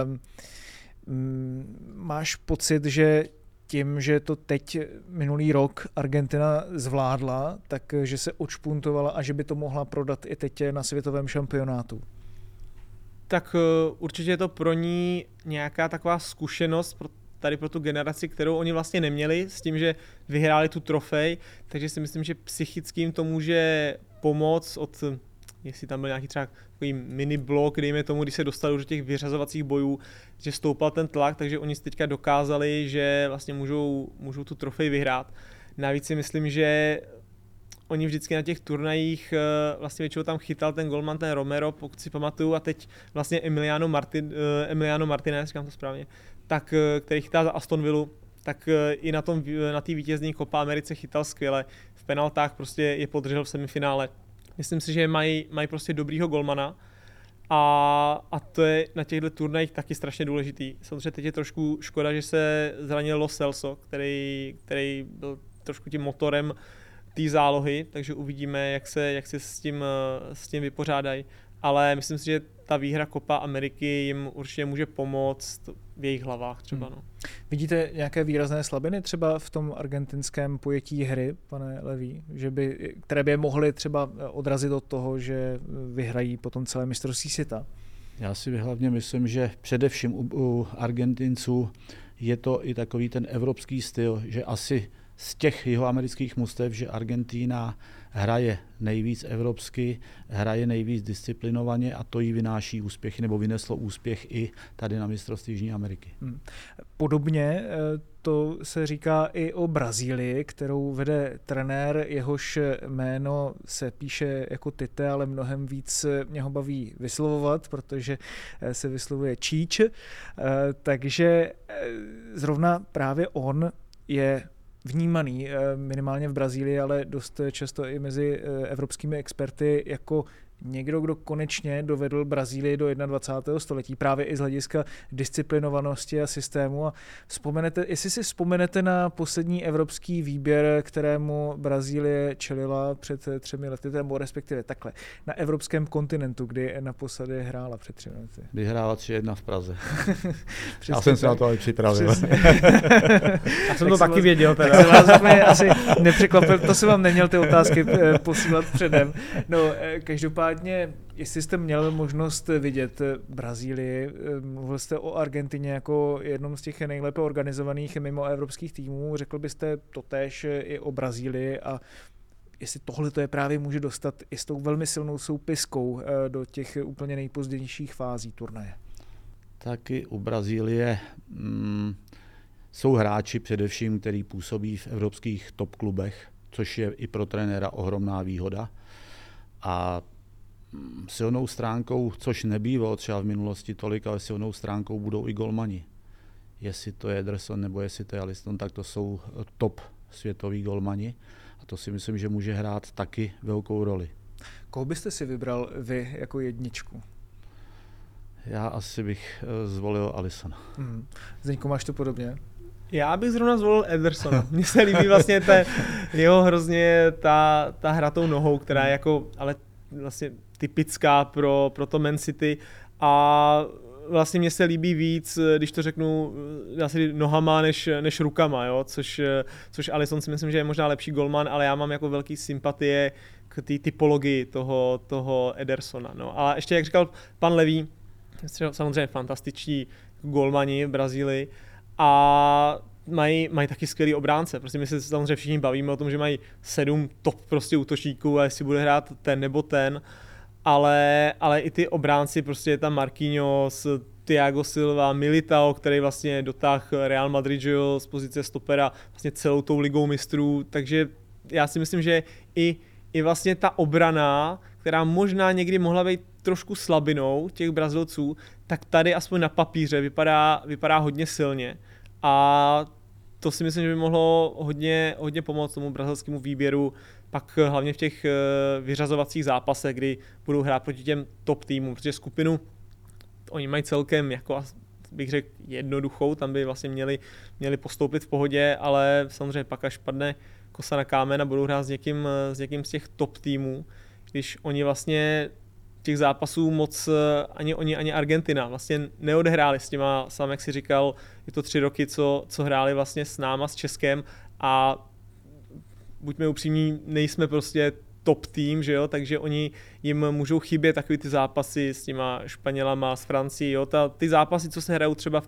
Máš pocit, že tím, že to teď minulý rok Argentina zvládla, takže se odšpuntovala a že by to mohla prodat i teď na světovém šampionátu? Tak určitě je to pro ní nějaká taková zkušenost tady pro tu generaci, kterou oni vlastně neměli s tím, že vyhráli tu trofej, takže si myslím, že psychicky jim to může pomoct jestli tam byl nějaký třeba takový mini blok, dejme tomu, když se dostali do těch vyřazovacích bojů, že stoupal ten tlak, takže oni si teďka dokázali, že vlastně můžou tu trofej vyhrát. Navíc si myslím, že oni vždycky na těch turnajích vlastně většinou tam chytal ten golman, ten Romero, pokud si pamatuju, a teď vlastně Emiliano Martinez, říkám to správně, tak, který chytá za Aston Villa, tak i na té vítězné Copa Americe chytal skvěle. V penaltách prostě je podržel v semifinále. Myslím si, že mají prostě dobrýho golmana a to je na těchto turnajích taky strašně důležitý. Samozřejmě teď je trošku škoda, že se zranil Lo Celso, který byl trošku tím motorem té zálohy, takže uvidíme, jak se s tím vypořádají. Ale myslím si, že ta výhra Copa Ameriky jim určitě může pomoct v jejich hlavách třeba. No. Vidíte nějaké výrazné slabiny třeba v tom argentinském pojetí hry, pane Levý, které by je mohly třeba odrazit od toho, že vyhrají potom celé mistrovství světa? Já si hlavně myslím, že především u Argentinců je to i takový ten evropský styl, že asi z těch jihoamerických mužstev, že Argentína hraje nejvíc evropsky, hraje nejvíc disciplinovaně a to jí vynáší úspěchy, nebo vyneslo úspěch i tady na mistrovství Jižní Ameriky. Podobně to se říká i o Brazílii, kterou vede trenér, jehož jméno se píše jako Tite, ale mnohem víc mě ho baví vyslovovat, protože se vyslovuje Číč. Takže zrovna právě on je vnímaný minimálně v Brazílii, ale dost často i mezi evropskými experty jako někdo, kdo konečně dovedl Brazílii do 21. století, právě i z hlediska disciplinovanosti a systému. A jestli si vzpomenete na poslední evropský výběr, kterému Brazílie čelila před 3 lety, nebo respektive takhle, na evropském kontinentu, kdy naposledy hrála před 3 lety. Vyhrála 3-1 v Praze. Já jsem se na to ale připravil. Já jsem to taky věděl. Tak se vás asi nepřekvapil, to jsem vám neměl ty otázky posílat předem. No, každopádně, jestli jste měl možnost vidět Brazílii, mluvil jste o Argentině jako jednom z těch nejlépe organizovaných mimo evropských týmů, řekl byste totéž i o Brazílii a jestli tohle to je právě může dostat i s tou velmi silnou soupiskou do těch úplně nejpozdějších fází turnaje? Taky u Brazílie jsou hráči především, který působí v evropských top klubech, což je i pro trenéra ohromná výhoda. A silnou stránkou, což nebývalo třeba v minulosti tolik, ale silnou stránkou budou i golmani. Jestli to je Ederson nebo jestli to je Alisson, tak to jsou top světoví golmani a to si myslím, že může hrát taky velkou roli. Koho byste si vybral vy jako jedničku? Já asi bych zvolil Alissona. Zdeňku, máš to podobně? Já bych zrovna zvolil Edersona. Mně se líbí vlastně jeho hrozně ta hra tou nohou, která je jako, ale vlastně typická pro to Man City a vlastně mně se líbí víc, když to řeknu asi nohama než rukama, jo? Což Alisson si myslím, že je možná lepší golman, ale já mám jako velký sympatie k té typologii toho Edersona. No. A ještě jak říkal pan Levý, samozřejmě fantastiční golmani v Brazílii a mají taky skvělý obránce. Prostě my se samozřejmě všichni bavíme o tom, že mají 7 top prostě útočníků a jestli bude hrát ten nebo ten, ale i ty obránci, prostě je tam Marquinhos, Thiago Silva, Militao, který vlastně dotáhl Real Madrid z pozice stopera vlastně celou tou ligou mistrů, takže já si myslím, že i vlastně ta obrana, která možná někdy mohla být trošku slabinou těch Brazilců, tak tady aspoň na papíře vypadá hodně silně. A to si myslím, že by mohlo hodně pomoct tomu brazilskému výběru, pak hlavně v těch vyřazovacích zápasech, kdy budou hrát proti těm top týmům, protože skupinu oni mají celkem jako bych řekl, jednoduchou, tam by vlastně měli postoupit v pohodě, ale samozřejmě pak až padne kosa na kámen a budou hrát s někým z těch top týmů, když oni vlastně těch zápasů moc ani oni, ani Argentina vlastně neodehráli s těma, sám jak si říkal, je to 3 roky, co hráli vlastně s náma, s Českem a buďme upřímní, nejsme prostě top tým, že jo, takže oni jim můžou chybět takový ty zápasy s těma Španělama, s Francií, jo, ty zápasy, co se hrajou třeba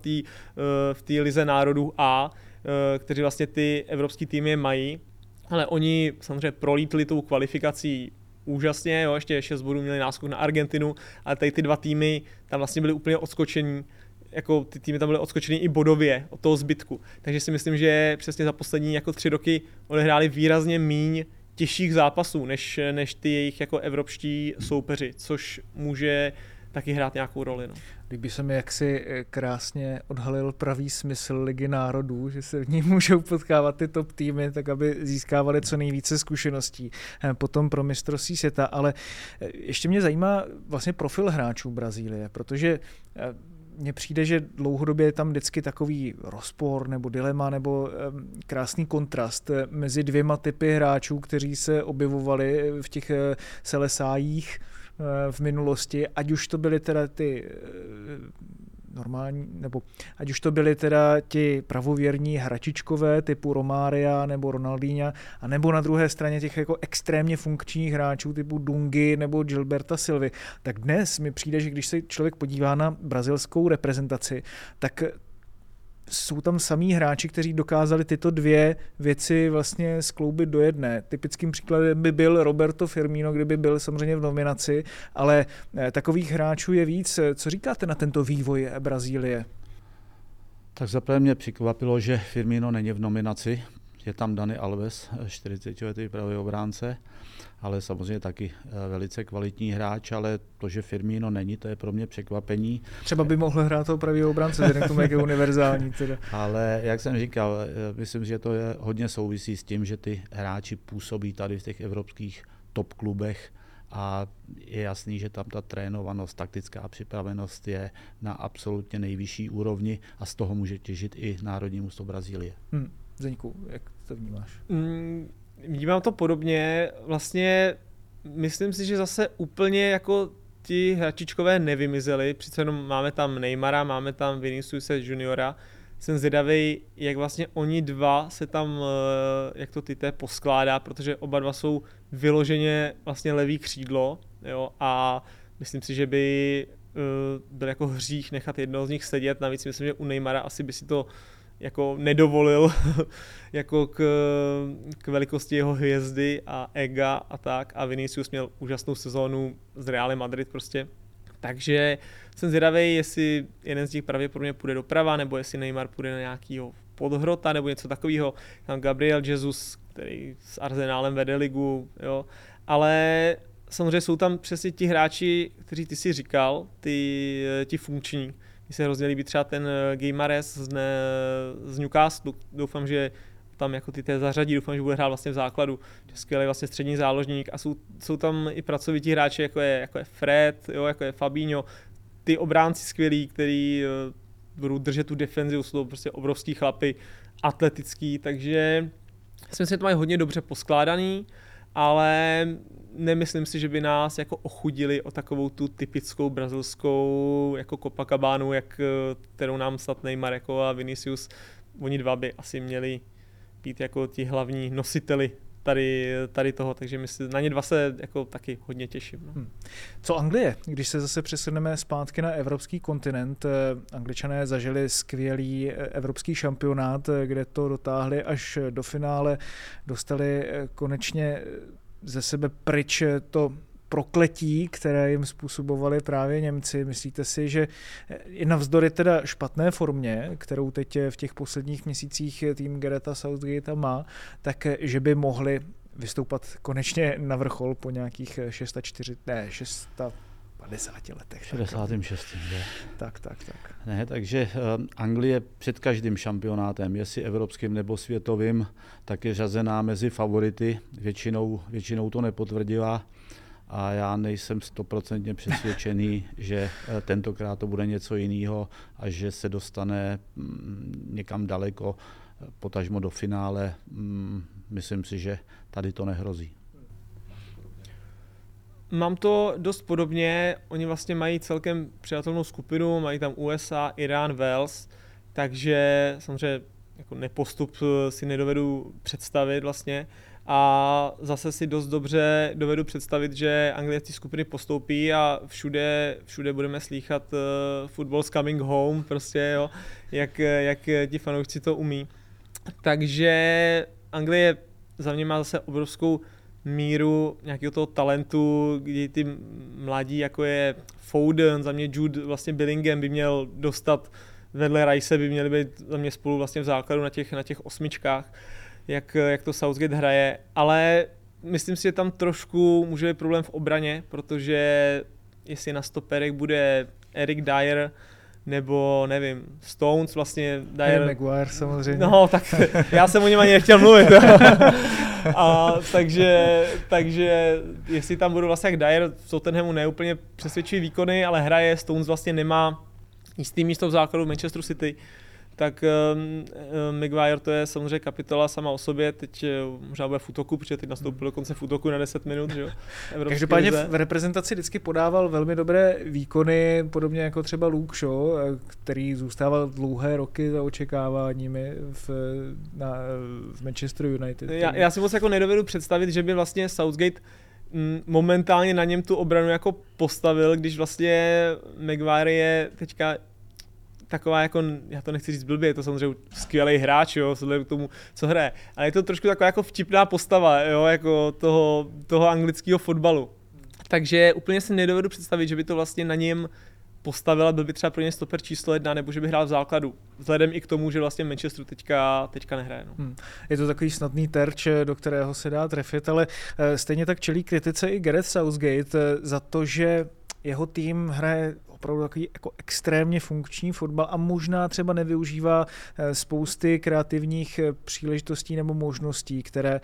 v té lize národů A, kteří vlastně ty evropský týmy mají, ale oni samozřejmě prolítli tou kvalifikací úžasně, jo, ještě 6 bodů měli náskok na Argentinu, ale tady ty 2 týmy tam vlastně byly úplně odskočení, jako ty týmy tam byly odskočeny i bodově od toho zbytku. Takže si myslím, že přesně za poslední jako 3 roky odehráli výrazně míň těžších zápasů, než ty jejich jako evropští soupeři, což může taky hrát nějakou roli. No. Líbí se mi, jak si krásně odhalil pravý smysl Ligy národů, že se v ní můžou potkávat ty top týmy, tak aby získávali co nejvíce zkušeností potom pro mistrovství světa. Ale ještě mě zajímá vlastně profil hráčů Brazílie, protože mně přijde, že dlouhodobě je tam vždycky takový rozpor nebo dilema nebo krásný kontrast mezi 2 typy hráčů, kteří se objevovali v těch Selesájích v minulosti, ať už to byly teda ty normální, nebo ať už to byly teda ti pravověrní hračičkové typu Romária nebo Ronaldinha, a nebo na druhé straně těch jako extrémně funkčních hráčů typu Dungy nebo Gilberta Silvy. Tak dnes mi přijde, že když se člověk podívá na brazilskou reprezentaci, tak jsou tam samí hráči, kteří dokázali tyto 2 věci vlastně skloubit do jedné. Typickým příkladem by byl Roberto Firmino, kdyby byl samozřejmě v nominaci, ale takových hráčů je víc. Co říkáte na tento vývoj Brazílie? Tak zaprvé mě překvapilo, že Firmino není v nominaci. Je tam Dani Alves, 40letý pravý obránce, ale samozřejmě taky velice kvalitní hráč, ale to, že Firmino není, to je pro mě překvapení. Třeba by mohl hrát toho pravýho obránce, vzhledem k tomu, jak je univerzální. Teda. Ale jak jsem říkal, myslím, že to je hodně souvisí s tím, že ty hráči působí tady v těch evropských top klubech a je jasný, že tam ta trénovanost, taktická připravenost je na absolutně nejvyšší úrovni a z toho může těžit i národní mužstvo Brazílie. Zdeňku, jak to vnímáš? Vnímám to podobně. Vlastně myslím si, že zase úplně jako ti hračičkové nevymizeli. Přece jenom máme tam Neymara, máme tam Viniciuse Juniora. Jsem zvědavý, jak vlastně oni 2 se tam, jak to Tite poskládá, protože oba 2 jsou vyloženě vlastně levý křídlo, jo, a myslím si, že by byl jako hřích nechat jednoho z nich sedět. Navíc myslím, že u Neymara asi by si to jako nedovolil jako k velikosti jeho hvězdy a ega a tak, a Vinicius měl úžasnou sezónu z Realem Madrid prostě. Takže jsem zvědavý, jestli jeden z nich pravděpodobně půjde doprava, nebo jestli Neymar půjde na nějakýho podhrota nebo něco takového. Tam Gabriel Jesus, který s Arsenálem vede ligu, jo. Ale samozřejmě jsou tam přesně ti hráči, kteří ty si říkal, ti funkční. Mně se hrozně líbí třeba ten Guimarães z Newcastle. Doufám, že tam jako ty zařadí, doufám, že bude hrát vlastně v základu. Skvělý vlastně střední záložník a jsou tam i pracovití hráči, jako je Fred, jo, jako je Fabinho. Ty obránci skvělí, který budou držet tu defenzivu, jsou to prostě obrovský chlapy, atletický, takže si myslím, že to mají hodně dobře poskládaný, ale nemyslím si, že by nás jako ochudili o takovou tu typickou brazilskou jako Copacabanu, kterou nám snad Neymar jako a Vinicius. Oni 2 by asi měli být jako ti hlavní nositeli tady toho, takže na ně 2 se jako taky hodně těším. No. Co Anglie? Když se zase přesuneme zpátky na evropský kontinent, Angličané zažili skvělý evropský šampionát, kde to dotáhli až do finále, dostali konečně ze sebe pryč to prokletí, které jim způsobovali právě Němci. Myslíte si, že i navzdory teda špatné formě, kterou teď v těch posledních měsících tým Gareta Southgate má, tak že by mohli vystoupat konečně na vrchol po nějakých 650 letech. 66. Tak. Ne, takže Anglie před každým šampionátem, jestli evropským nebo světovým, tak je řazená mezi favority. Většinou to nepotvrdila. a já nejsem 100% přesvědčený, že tentokrát to bude něco jiného a že se dostane někam daleko, potažmo do finále. Myslím si, že tady to nehrozí. Mám to dost podobně, oni vlastně mají celkem přijatelnou skupinu, mají tam USA, Irán, Wales, takže samozřejmě jako nepostup si nedovedu představit vlastně a zase si dost dobře dovedu představit, že Anglie z té skupiny postoupí a všude budeme slýchat football's coming home, prostě jo, jak ti fanoušci to umí. Takže Anglie za mě má zase obrovskou míru nějakého toho talentu, kdy ty mladí, jako je Foden, za mě Jude, vlastně Bellingham by měl dostat vedle Rice, by měli být za mě spolu vlastně v základu na těch osmičkách, jak to Southgate hraje, ale myslím si, že tam trošku může být problém v obraně, protože jestli na stoperech bude Eric Dyer, nebo nevím, Stones vlastně Dyer. Maguire samozřejmě. No, tak já jsem o něm ani nechtěl mluvit. A takže jestli tam budou vlastně jak Dyer, v Tottenhamu neúplně přesvědčivý výkony, ale hraje, Stones vlastně nemá jistý místo v základu Manchesteru City, tak Maguire to je samozřejmě kapitola sama o sobě, teď možná bude v útoku, protože teď nastoupil dokonce v útoku na 10 minut, že jo. Každopádně v reprezentaci vždycky podával velmi dobré výkony, podobně jako třeba Luke Shaw, který zůstával dlouhé roky za očekáváními v Manchester United. Já si moc jako nedovedu představit, že by vlastně Southgate momentálně na něm tu obranu jako postavil, když vlastně Maguire je teďka taková jako, já to nechci říct blbě, je to samozřejmě skvělý hráč, jo, vzhledem k tomu, co hraje, ale je to trošku taková jako vtipná postava, jo, jako toho anglického fotbalu. Takže úplně si nedovedu představit, že by to vlastně na něm postavila, byl by třeba pro ně stoper číslo 1, nebo že by hrál v základu. Vzhledem i k tomu, že vlastně Manchesteru teďka nehraje. No. Je to takový snadný terč, do kterého se dá trefit, ale stejně tak čelí kritice i Gareth Southgate za to, že jeho tým hraje opravdu takový jako extrémně funkční fotbal a možná třeba nevyužívá spousty kreativních příležitostí nebo možností, které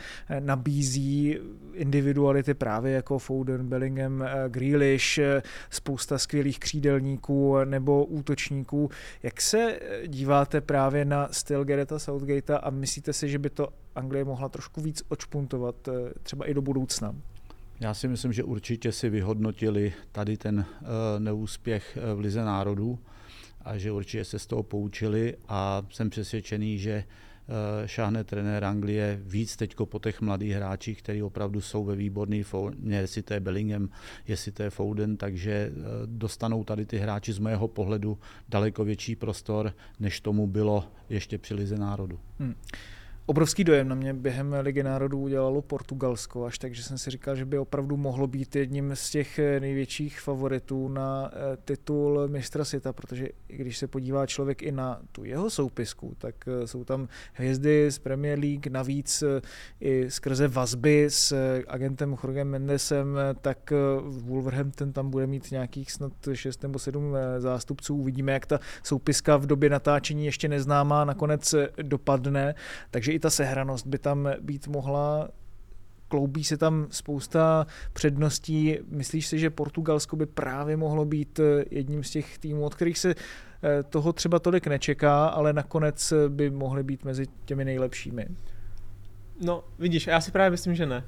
nabízí individuality právě jako Foden, Bellingham, Grealish, spousta skvělých křídelníků nebo útočníků. Jak se díváte právě na styl Garetha Southgatea a myslíte si, že by to Anglie mohla trošku víc odšpuntovat třeba i do budoucna? Já si myslím, že určitě si vyhodnotili tady ten neúspěch v Lize národů a že určitě se z toho poučili a jsem přesvědčený, že šáhne trenér Anglie víc teďko po těch mladých hráčích, kteří opravdu jsou ve výborné formě, jestli to je Bellingham, jestli to je Foden, takže dostanou tady ty hráči z mého pohledu daleko větší prostor, než tomu bylo ještě při Lize národů. Obrovský dojem na mě během Ligy národů udělalo Portugalsko, až takže jsem si říkal, že by opravdu mohlo být jedním z těch největších favoritů na titul mistra světa, protože i když se podívá člověk i na tu jeho soupisku, tak jsou tam hvězdy z Premier League, navíc i skrze vazby s agentem Jorgem Mendesem, tak Wolverhampton tam bude mít nějakých snad 6 nebo 7 zástupců. Uvidíme, jak ta soupiska v době natáčení ještě neznámá nakonec dopadne, takže i ta sehranost by tam být mohla, kloubí se tam spousta předností. Myslíš si, že Portugalsko by právě mohlo být jedním z těch týmů, od kterých se toho třeba tolik nečeká, ale nakonec by mohly být mezi těmi nejlepšími? No, vidíš, já si právě myslím, že ne.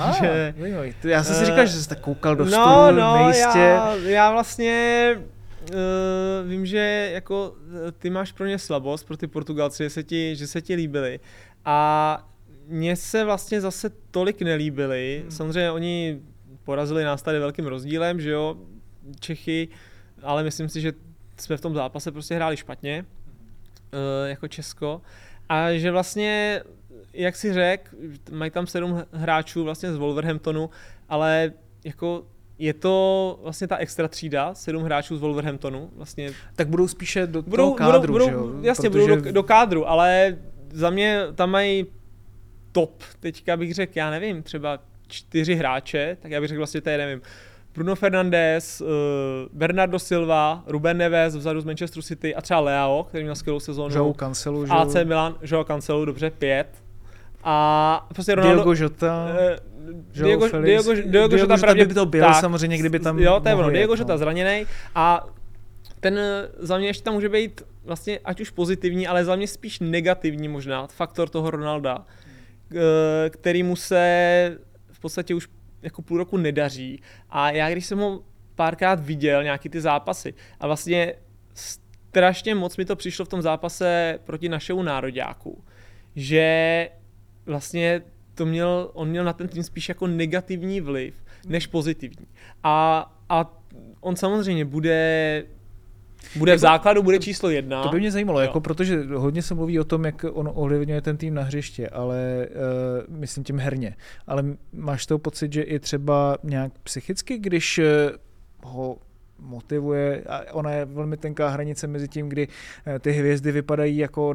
Já jsem si říkal, že jsi tak koukal do stolu nejistě. Já vlastně vím, že jako ty máš pro ně slabost, pro ty Portugalci, že se ti líbili. A mně se vlastně zase tolik nelíbili. Samozřejmě oni porazili nás tady velkým rozdílem, že jo, Čechy, ale myslím si, že jsme v tom zápase prostě hráli špatně, jako Česko. A že vlastně, jak si řekl, mají tam 7 hráčů vlastně z Wolverhamptonu, ale jako je to vlastně ta extra třída, 7 hráčů z Wolverhamptonu. Vlastně tak budou spíše do toho kádru, že jo? Jasně, budou do kádru, ale za mě tam mají top, teďka bych řekl, já nevím, třeba 4 hráče, tak já bych řekl vlastně to je, nevím, Bruno Fernandes, Bernardo Silva, Ruben Neves vzadu z Manchesteru City a třeba Leao, který měl skvělou sezónu. João Cancelo, AC Milan, João Cancelo, dobře, 5. A prostě Ronaldo... Diogo Jota... Diogo Jota by to byl tak, samozřejmě, kdyby tam... Jo, to je ono, Diogo Jota zraněnej a ten za mě ještě tam může být vlastně ať už pozitivní, ale za mě spíš negativní možná faktor toho Ronalda, který mu se v podstatě už jako půl roku nedaří. A já když jsem ho párkrát viděl, nějaký ty zápasy a vlastně strašně moc mi to přišlo v tom zápase proti našemu nároďáku, že vlastně on měl na ten tým spíš jako negativní vliv, než pozitivní. A on samozřejmě bude v základu, bude číslo 1. To by mě zajímalo, jako, protože hodně se mluví o tom, jak on ovlivňuje ten tým na hřiště, ale myslím tím herně. Ale máš toho pocit, že i třeba nějak psychicky, když ho motivuje, a ona je velmi tenká hranice mezi tím, kdy ty hvězdy vypadají jako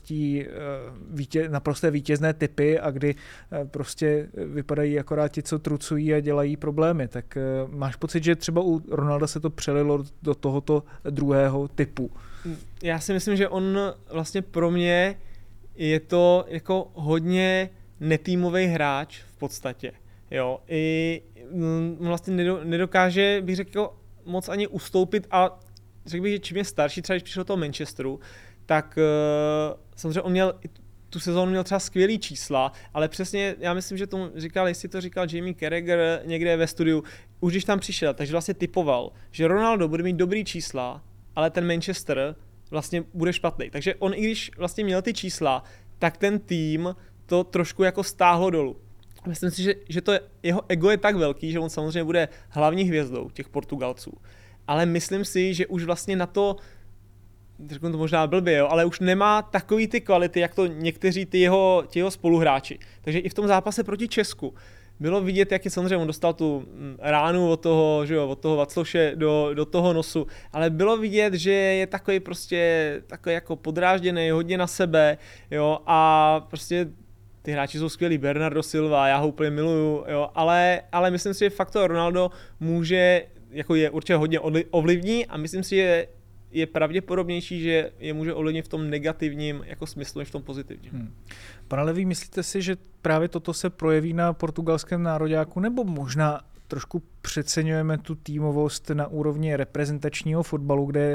naprosté vítězné typy a kdy prostě vypadají akorát ti, co trucují a dělají problémy. Tak máš pocit, že třeba u Ronalda se to přelilo do tohoto druhého typu? Já si myslím, že on vlastně pro mě je to jako hodně netýmový hráč v podstatě. Jo, i vlastně nedokáže, bych řekl, moc ani ustoupit a řekl bych, že čím je starší, třeba když přišel do toho Manchesteru, tak samozřejmě on měl tu sezónu měl třeba skvělý čísla, ale přesně já myslím, že tomu říkal, jestli to říkal Jamie Carragher někde ve studiu, už když tam přišel, takže vlastně typoval, že Ronaldo bude mít dobrý čísla, ale ten Manchester vlastně bude špatný. Takže on i když vlastně měl ty čísla, tak ten tým to trošku jako stáhlo dolů. Myslím si, že to jeho ego je tak velký, že on samozřejmě bude hlavní hvězdou těch Portugalců. Ale myslím si, že už vlastně na to, řeknu to možná blbě, jo, ale už nemá takový ty kvality, jak to někteří ty jeho spoluhráči. Takže i v tom zápase proti Česku bylo vidět, jak je samozřejmě, on dostal tu ránu od toho Vacloše do toho nosu, ale bylo vidět, že je takový prostě takový jako podrážděný, hodně na sebe, jo, a prostě ty hráči jsou skvělí, Bernardo Silva, já ho úplně miluju, jo, ale myslím si, že faktor Ronaldo může, jako je určitě hodně ovlivní a myslím si, že je pravděpodobnější, že je může ovlivnit v tom negativním jako smyslu, než v tom pozitivním. Pane Levý, myslíte si, že právě toto se projeví na portugalském nároďáku, nebo možná trošku přeceňujeme tu týmovost na úrovni reprezentačního fotbalu, kde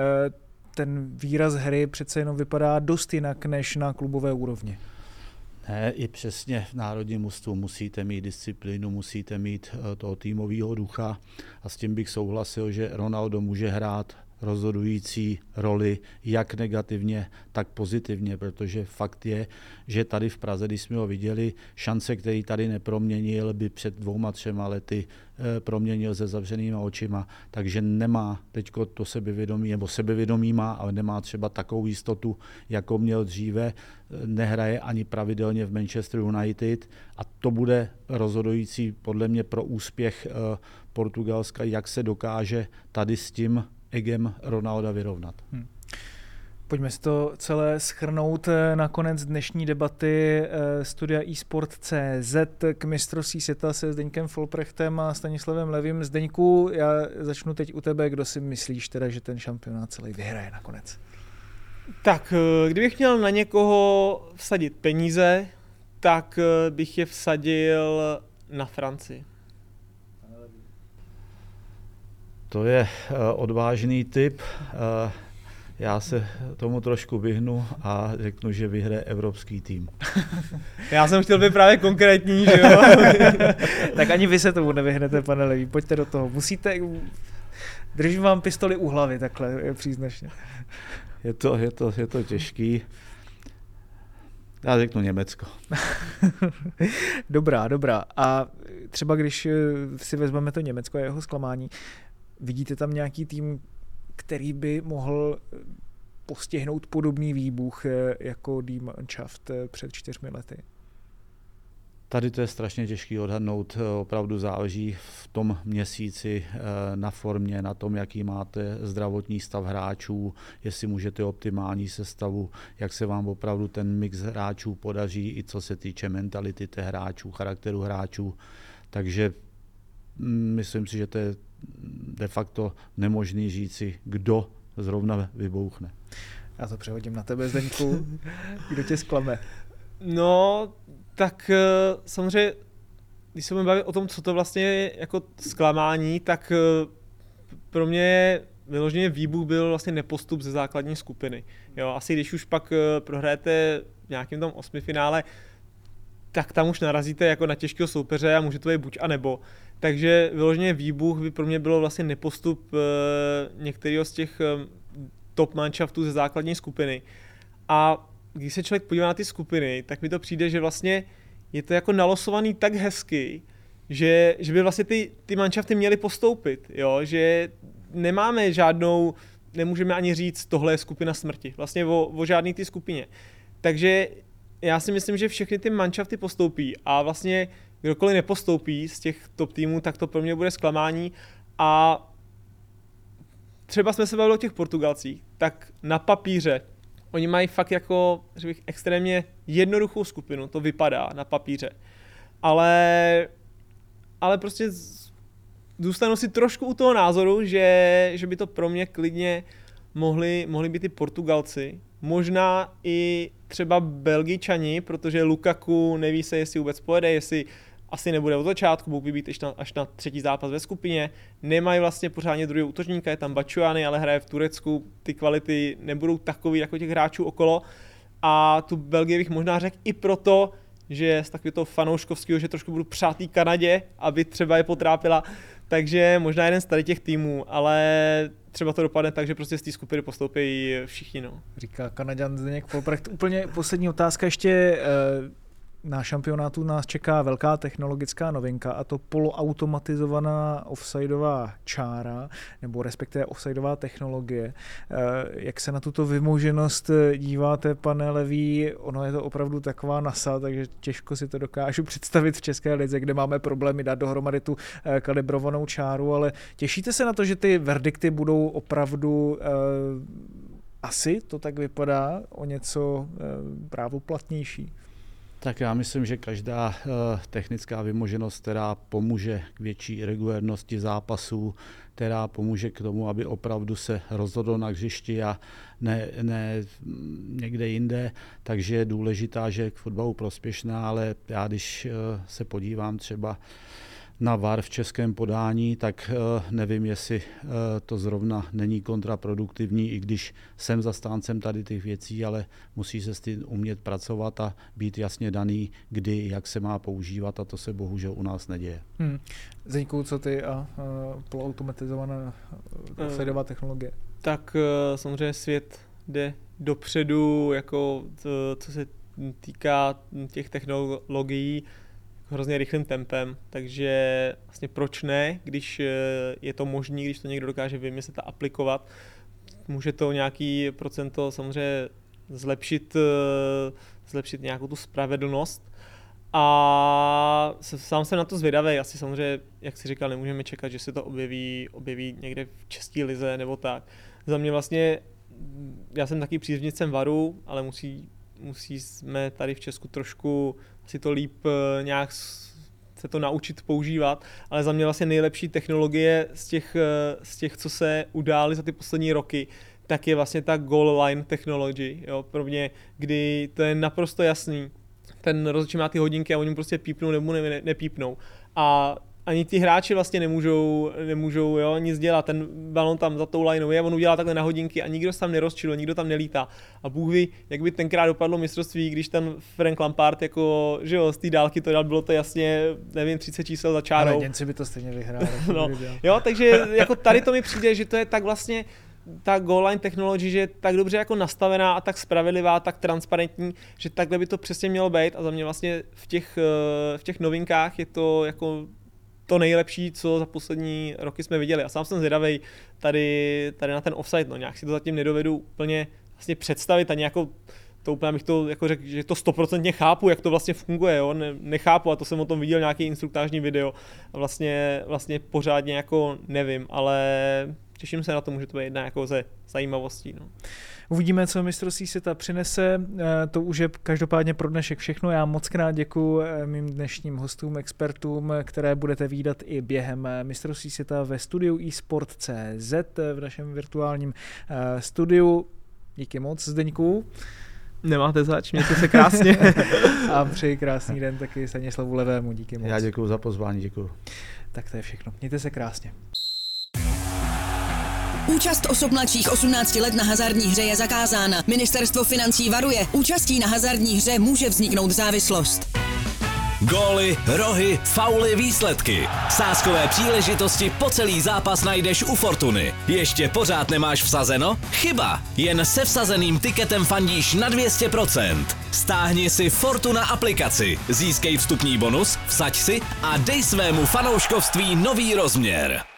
ten výraz hry přece jenom vypadá dost jinak než na klubové úrovni? Ne, i přesně v národním mužstvu musíte mít disciplínu, musíte mít toho týmového ducha a s tím bych souhlasil, že Ronaldo může hrát rozhodující roli jak negativně, tak pozitivně, protože fakt je, že tady v Praze, když jsme ho viděli, šance, který tady neproměnil, by před 2-3 lety proměnil se zavřenýma očima, takže nemá teďko to sebevědomí, nebo sebevědomí má, ale nemá třeba takovou jistotu, jakou měl dříve, nehraje ani pravidelně v Manchester United a to bude rozhodující podle mě pro úspěch Portugalska, jak se dokáže tady s tím egem Ronalda vyrovnat. Pojďme si to celé shrnout na konec dnešní debaty studia eSport.cz k mistrovství světa se Zdeňkem Folprechtem a Stanislavem Levým. Zdeňku, já začnu teď u tebe. Kdo si myslíš teda, že ten šampionát celý vyhraje nakonec? Tak, kdybych měl na někoho vsadit peníze, tak bych je vsadil na Francii. To je odvážný tip. Já se tomu trošku vyhnu a řeknu, že vyhraje evropský tým. Já jsem chtěl být právě konkrétní, že jo? Tak ani vy se tomu nevyhnete, pane Levý. Pojďte do toho. Musíte... Držím vám pistoli u hlavy, takhle příznačně. Je to těžký. Já řeknu Německo. Dobrá. A třeba když si vezmeme to Německo a jeho zklamání, vidíte tam nějaký tým, který by mohl postihnout podobný výbuch jako Die Mannschaft před 4 lety? Tady to je strašně těžký odhadnout, opravdu záleží v tom měsíci na formě, na tom, jaký máte zdravotní stav hráčů, jestli můžete optimální sestavu, jak se vám opravdu ten mix hráčů podaří, i co se týče mentality těch hráčů, charakteru hráčů. Takže myslím si, že to je de facto nemožný říci, kdo zrovna vybouchne. Já to přehodím na tebe, Zdeňku. Kdo tě zklame? No, Tak samozřejmě, když se budeme bavit o tom, co to vlastně je jako zklamání, tak pro mě vyloženě výbuch byl vlastně nepostup ze základní skupiny. Jo, asi když už pak prohrajete v nějakém tom 8. finále, tak tam už narazíte jako na těžkého soupeře a může to být buď a nebo. Takže vyloženě výbuch by pro mě bylo vlastně nepostup některého z těch top manšaftů ze základní skupiny. A když se člověk podívá na ty skupiny, tak mi to přijde, že vlastně je to jako nalosovaný tak hezky, že by vlastně ty manšafty měly postoupit, jo? Že nemáme žádnou, nemůžeme ani říct, tohle je skupina smrti, vlastně o žádný ty skupině. Takže já si myslím, že všechny ty manšafty postoupí a vlastně kdokoliv nepostoupí z těch top týmů, tak to pro mě bude zklamání. A třeba jsme se bavili o těch Portugalcích, tak na papíře oni mají fakt jako, řekl bych, extrémně jednoduchou skupinu, to vypadá na papíře. Ale prostě zůstanu si trošku u toho názoru, že by to pro mě klidně mohli být i Portugalci. Možná i třeba Belgičani, protože Lukaku neví se, jestli vůbec pojede, jestli asi nebude od začátku, Bůh by být až na třetí zápas ve skupině. Nemají vlastně pořádně druhého útočníka, je tam Batshuayi, ale hraje v Turecku, ty kvality nebudou takový jako těch hráčů okolo. A tu Belgii bych možná řekl i proto, že z takového toho fanouškovského, že trošku budu přát té Kanadě, aby třeba je potrápila. Takže možná jeden z tady těch týmů, ale třeba to dopadne tak, že prostě z té skupiny postoupí všichni. No. Říká Kanaďan Zdeněk Polprecht. Úplně poslední otázka ještě. Na šampionátu nás čeká velká technologická novinka, a to poloautomatizovaná offsideová čára, nebo respektive offsideová technologie. Jak se na tuto vymoženost díváte, pane Levý? Ono je to opravdu taková NASA, takže těžko si to dokážu představit v České lize, kde máme problémy dát dohromady tu kalibrovanou čáru, ale těšíte se na to, že ty verdikty budou opravdu asi, to tak vypadá, o něco právoplatnější? Tak já myslím, že každá technická vymoženost, která pomůže k větší regulérnosti zápasů, která pomůže k tomu, aby opravdu se rozhodlo na hřišti a ne někde jinde, takže je důležitá, že je k fotbalu prospěšná, ale já když se podívám třeba na VAR v českém podání, tak nevím, jestli to zrovna není kontraproduktivní, i když jsem zastáncem tady těch věcí, ale musí se s tím umět pracovat a být jasně daný, kdy, jak se má používat, a to se bohužel u nás neděje. Zdeňku, co ty a poloautomatizovaná offsideová technologie? Tak samozřejmě svět jde dopředu, jako co se týká těch technologií, hrozně rychlým tempem, takže vlastně proč ne, když je to možné, když to někdo dokáže vymyslet a aplikovat. Může to nějaký procento samozřejmě zlepšit nějakou tu spravedlnost. A sám jsem na to zvědavý, asi samozřejmě, jak si říkal, nemůžeme čekat, že se to objeví někde v české lize nebo tak. Za mě vlastně, já jsem taky příznivcem VARu, ale musíme tady v Česku trošku si to líp nějak se to naučit používat, ale za mě vlastně nejlepší technologie z těch, co se udály za ty poslední roky, tak je vlastně ta goal line technology, jo, pro mě, kdy to je naprosto jasný. Ten rozhodčí má ty hodinky a oni mu prostě pípnou nebo nepípnou. A ani ty hráči vlastně nemůžou jo, nic dělat, ten balon tam za tou lineou je, on udělá takhle na hodinky a nikdo se tam nerozčiluje, nikdo tam nelítá. A Bůh ví, jak by tenkrát dopadlo mistrovství, když ten Frank Lampard jako, že jo, z té dálky to dal, bylo to jasně, nevím, 30 čísel za čárou. Ale Němci by to stejně vyhráli. No, jo, takže jako tady to mi přijde, že to je tak vlastně ta goal line technology, že je tak dobře jako nastavená a tak spravedlivá, tak transparentní, že takhle by to přesně mělo být, a za mě vlastně v těch novinkách je to jako to nejlepší, co za poslední roky jsme viděli. A sám jsem zvědavej tady na ten offside, no nějak si to zatím nedovedu úplně vlastně představit a nějakou to úplně bych to jako řekl, že to 100% chápu, jak to vlastně funguje, jo? Nechápu, a to jsem o tom viděl nějaký instruktážní video a vlastně pořádně jako nevím, ale těším se na to, může to být jedna jako ze zajímavostí. No. Uvidíme, co mistrovství světa přinese. To už je každopádně pro dnešek všechno. Já moc krát děkuji mým dnešním hostům, expertům, které budete vídat i během mistrovství světa ve studiu eSport.cz v našem virtuálním studiu. Díky moc, Zdeňku. Nemáte zač, mějte se krásně. A přeji krásný den taky Stanislavu Levému, díky moc. Já děkuji za pozvání, děkuji. Tak to je všechno, mějte se krásně. Účast osob mladších 18 let na hazardní hře je zakázána. Ministerstvo financí varuje, účastí na hazardní hře může vzniknout závislost. Góly, rohy, fauly, výsledky. Sázkové příležitosti po celý zápas najdeš u Fortuny. Ještě pořád nemáš vsazeno? Chyba! Jen se vsazeným tiketem fandíš na 200%. Stáhni si Fortuna aplikaci, získej vstupní bonus, vsaď si a dej svému fanouškovství nový rozměr.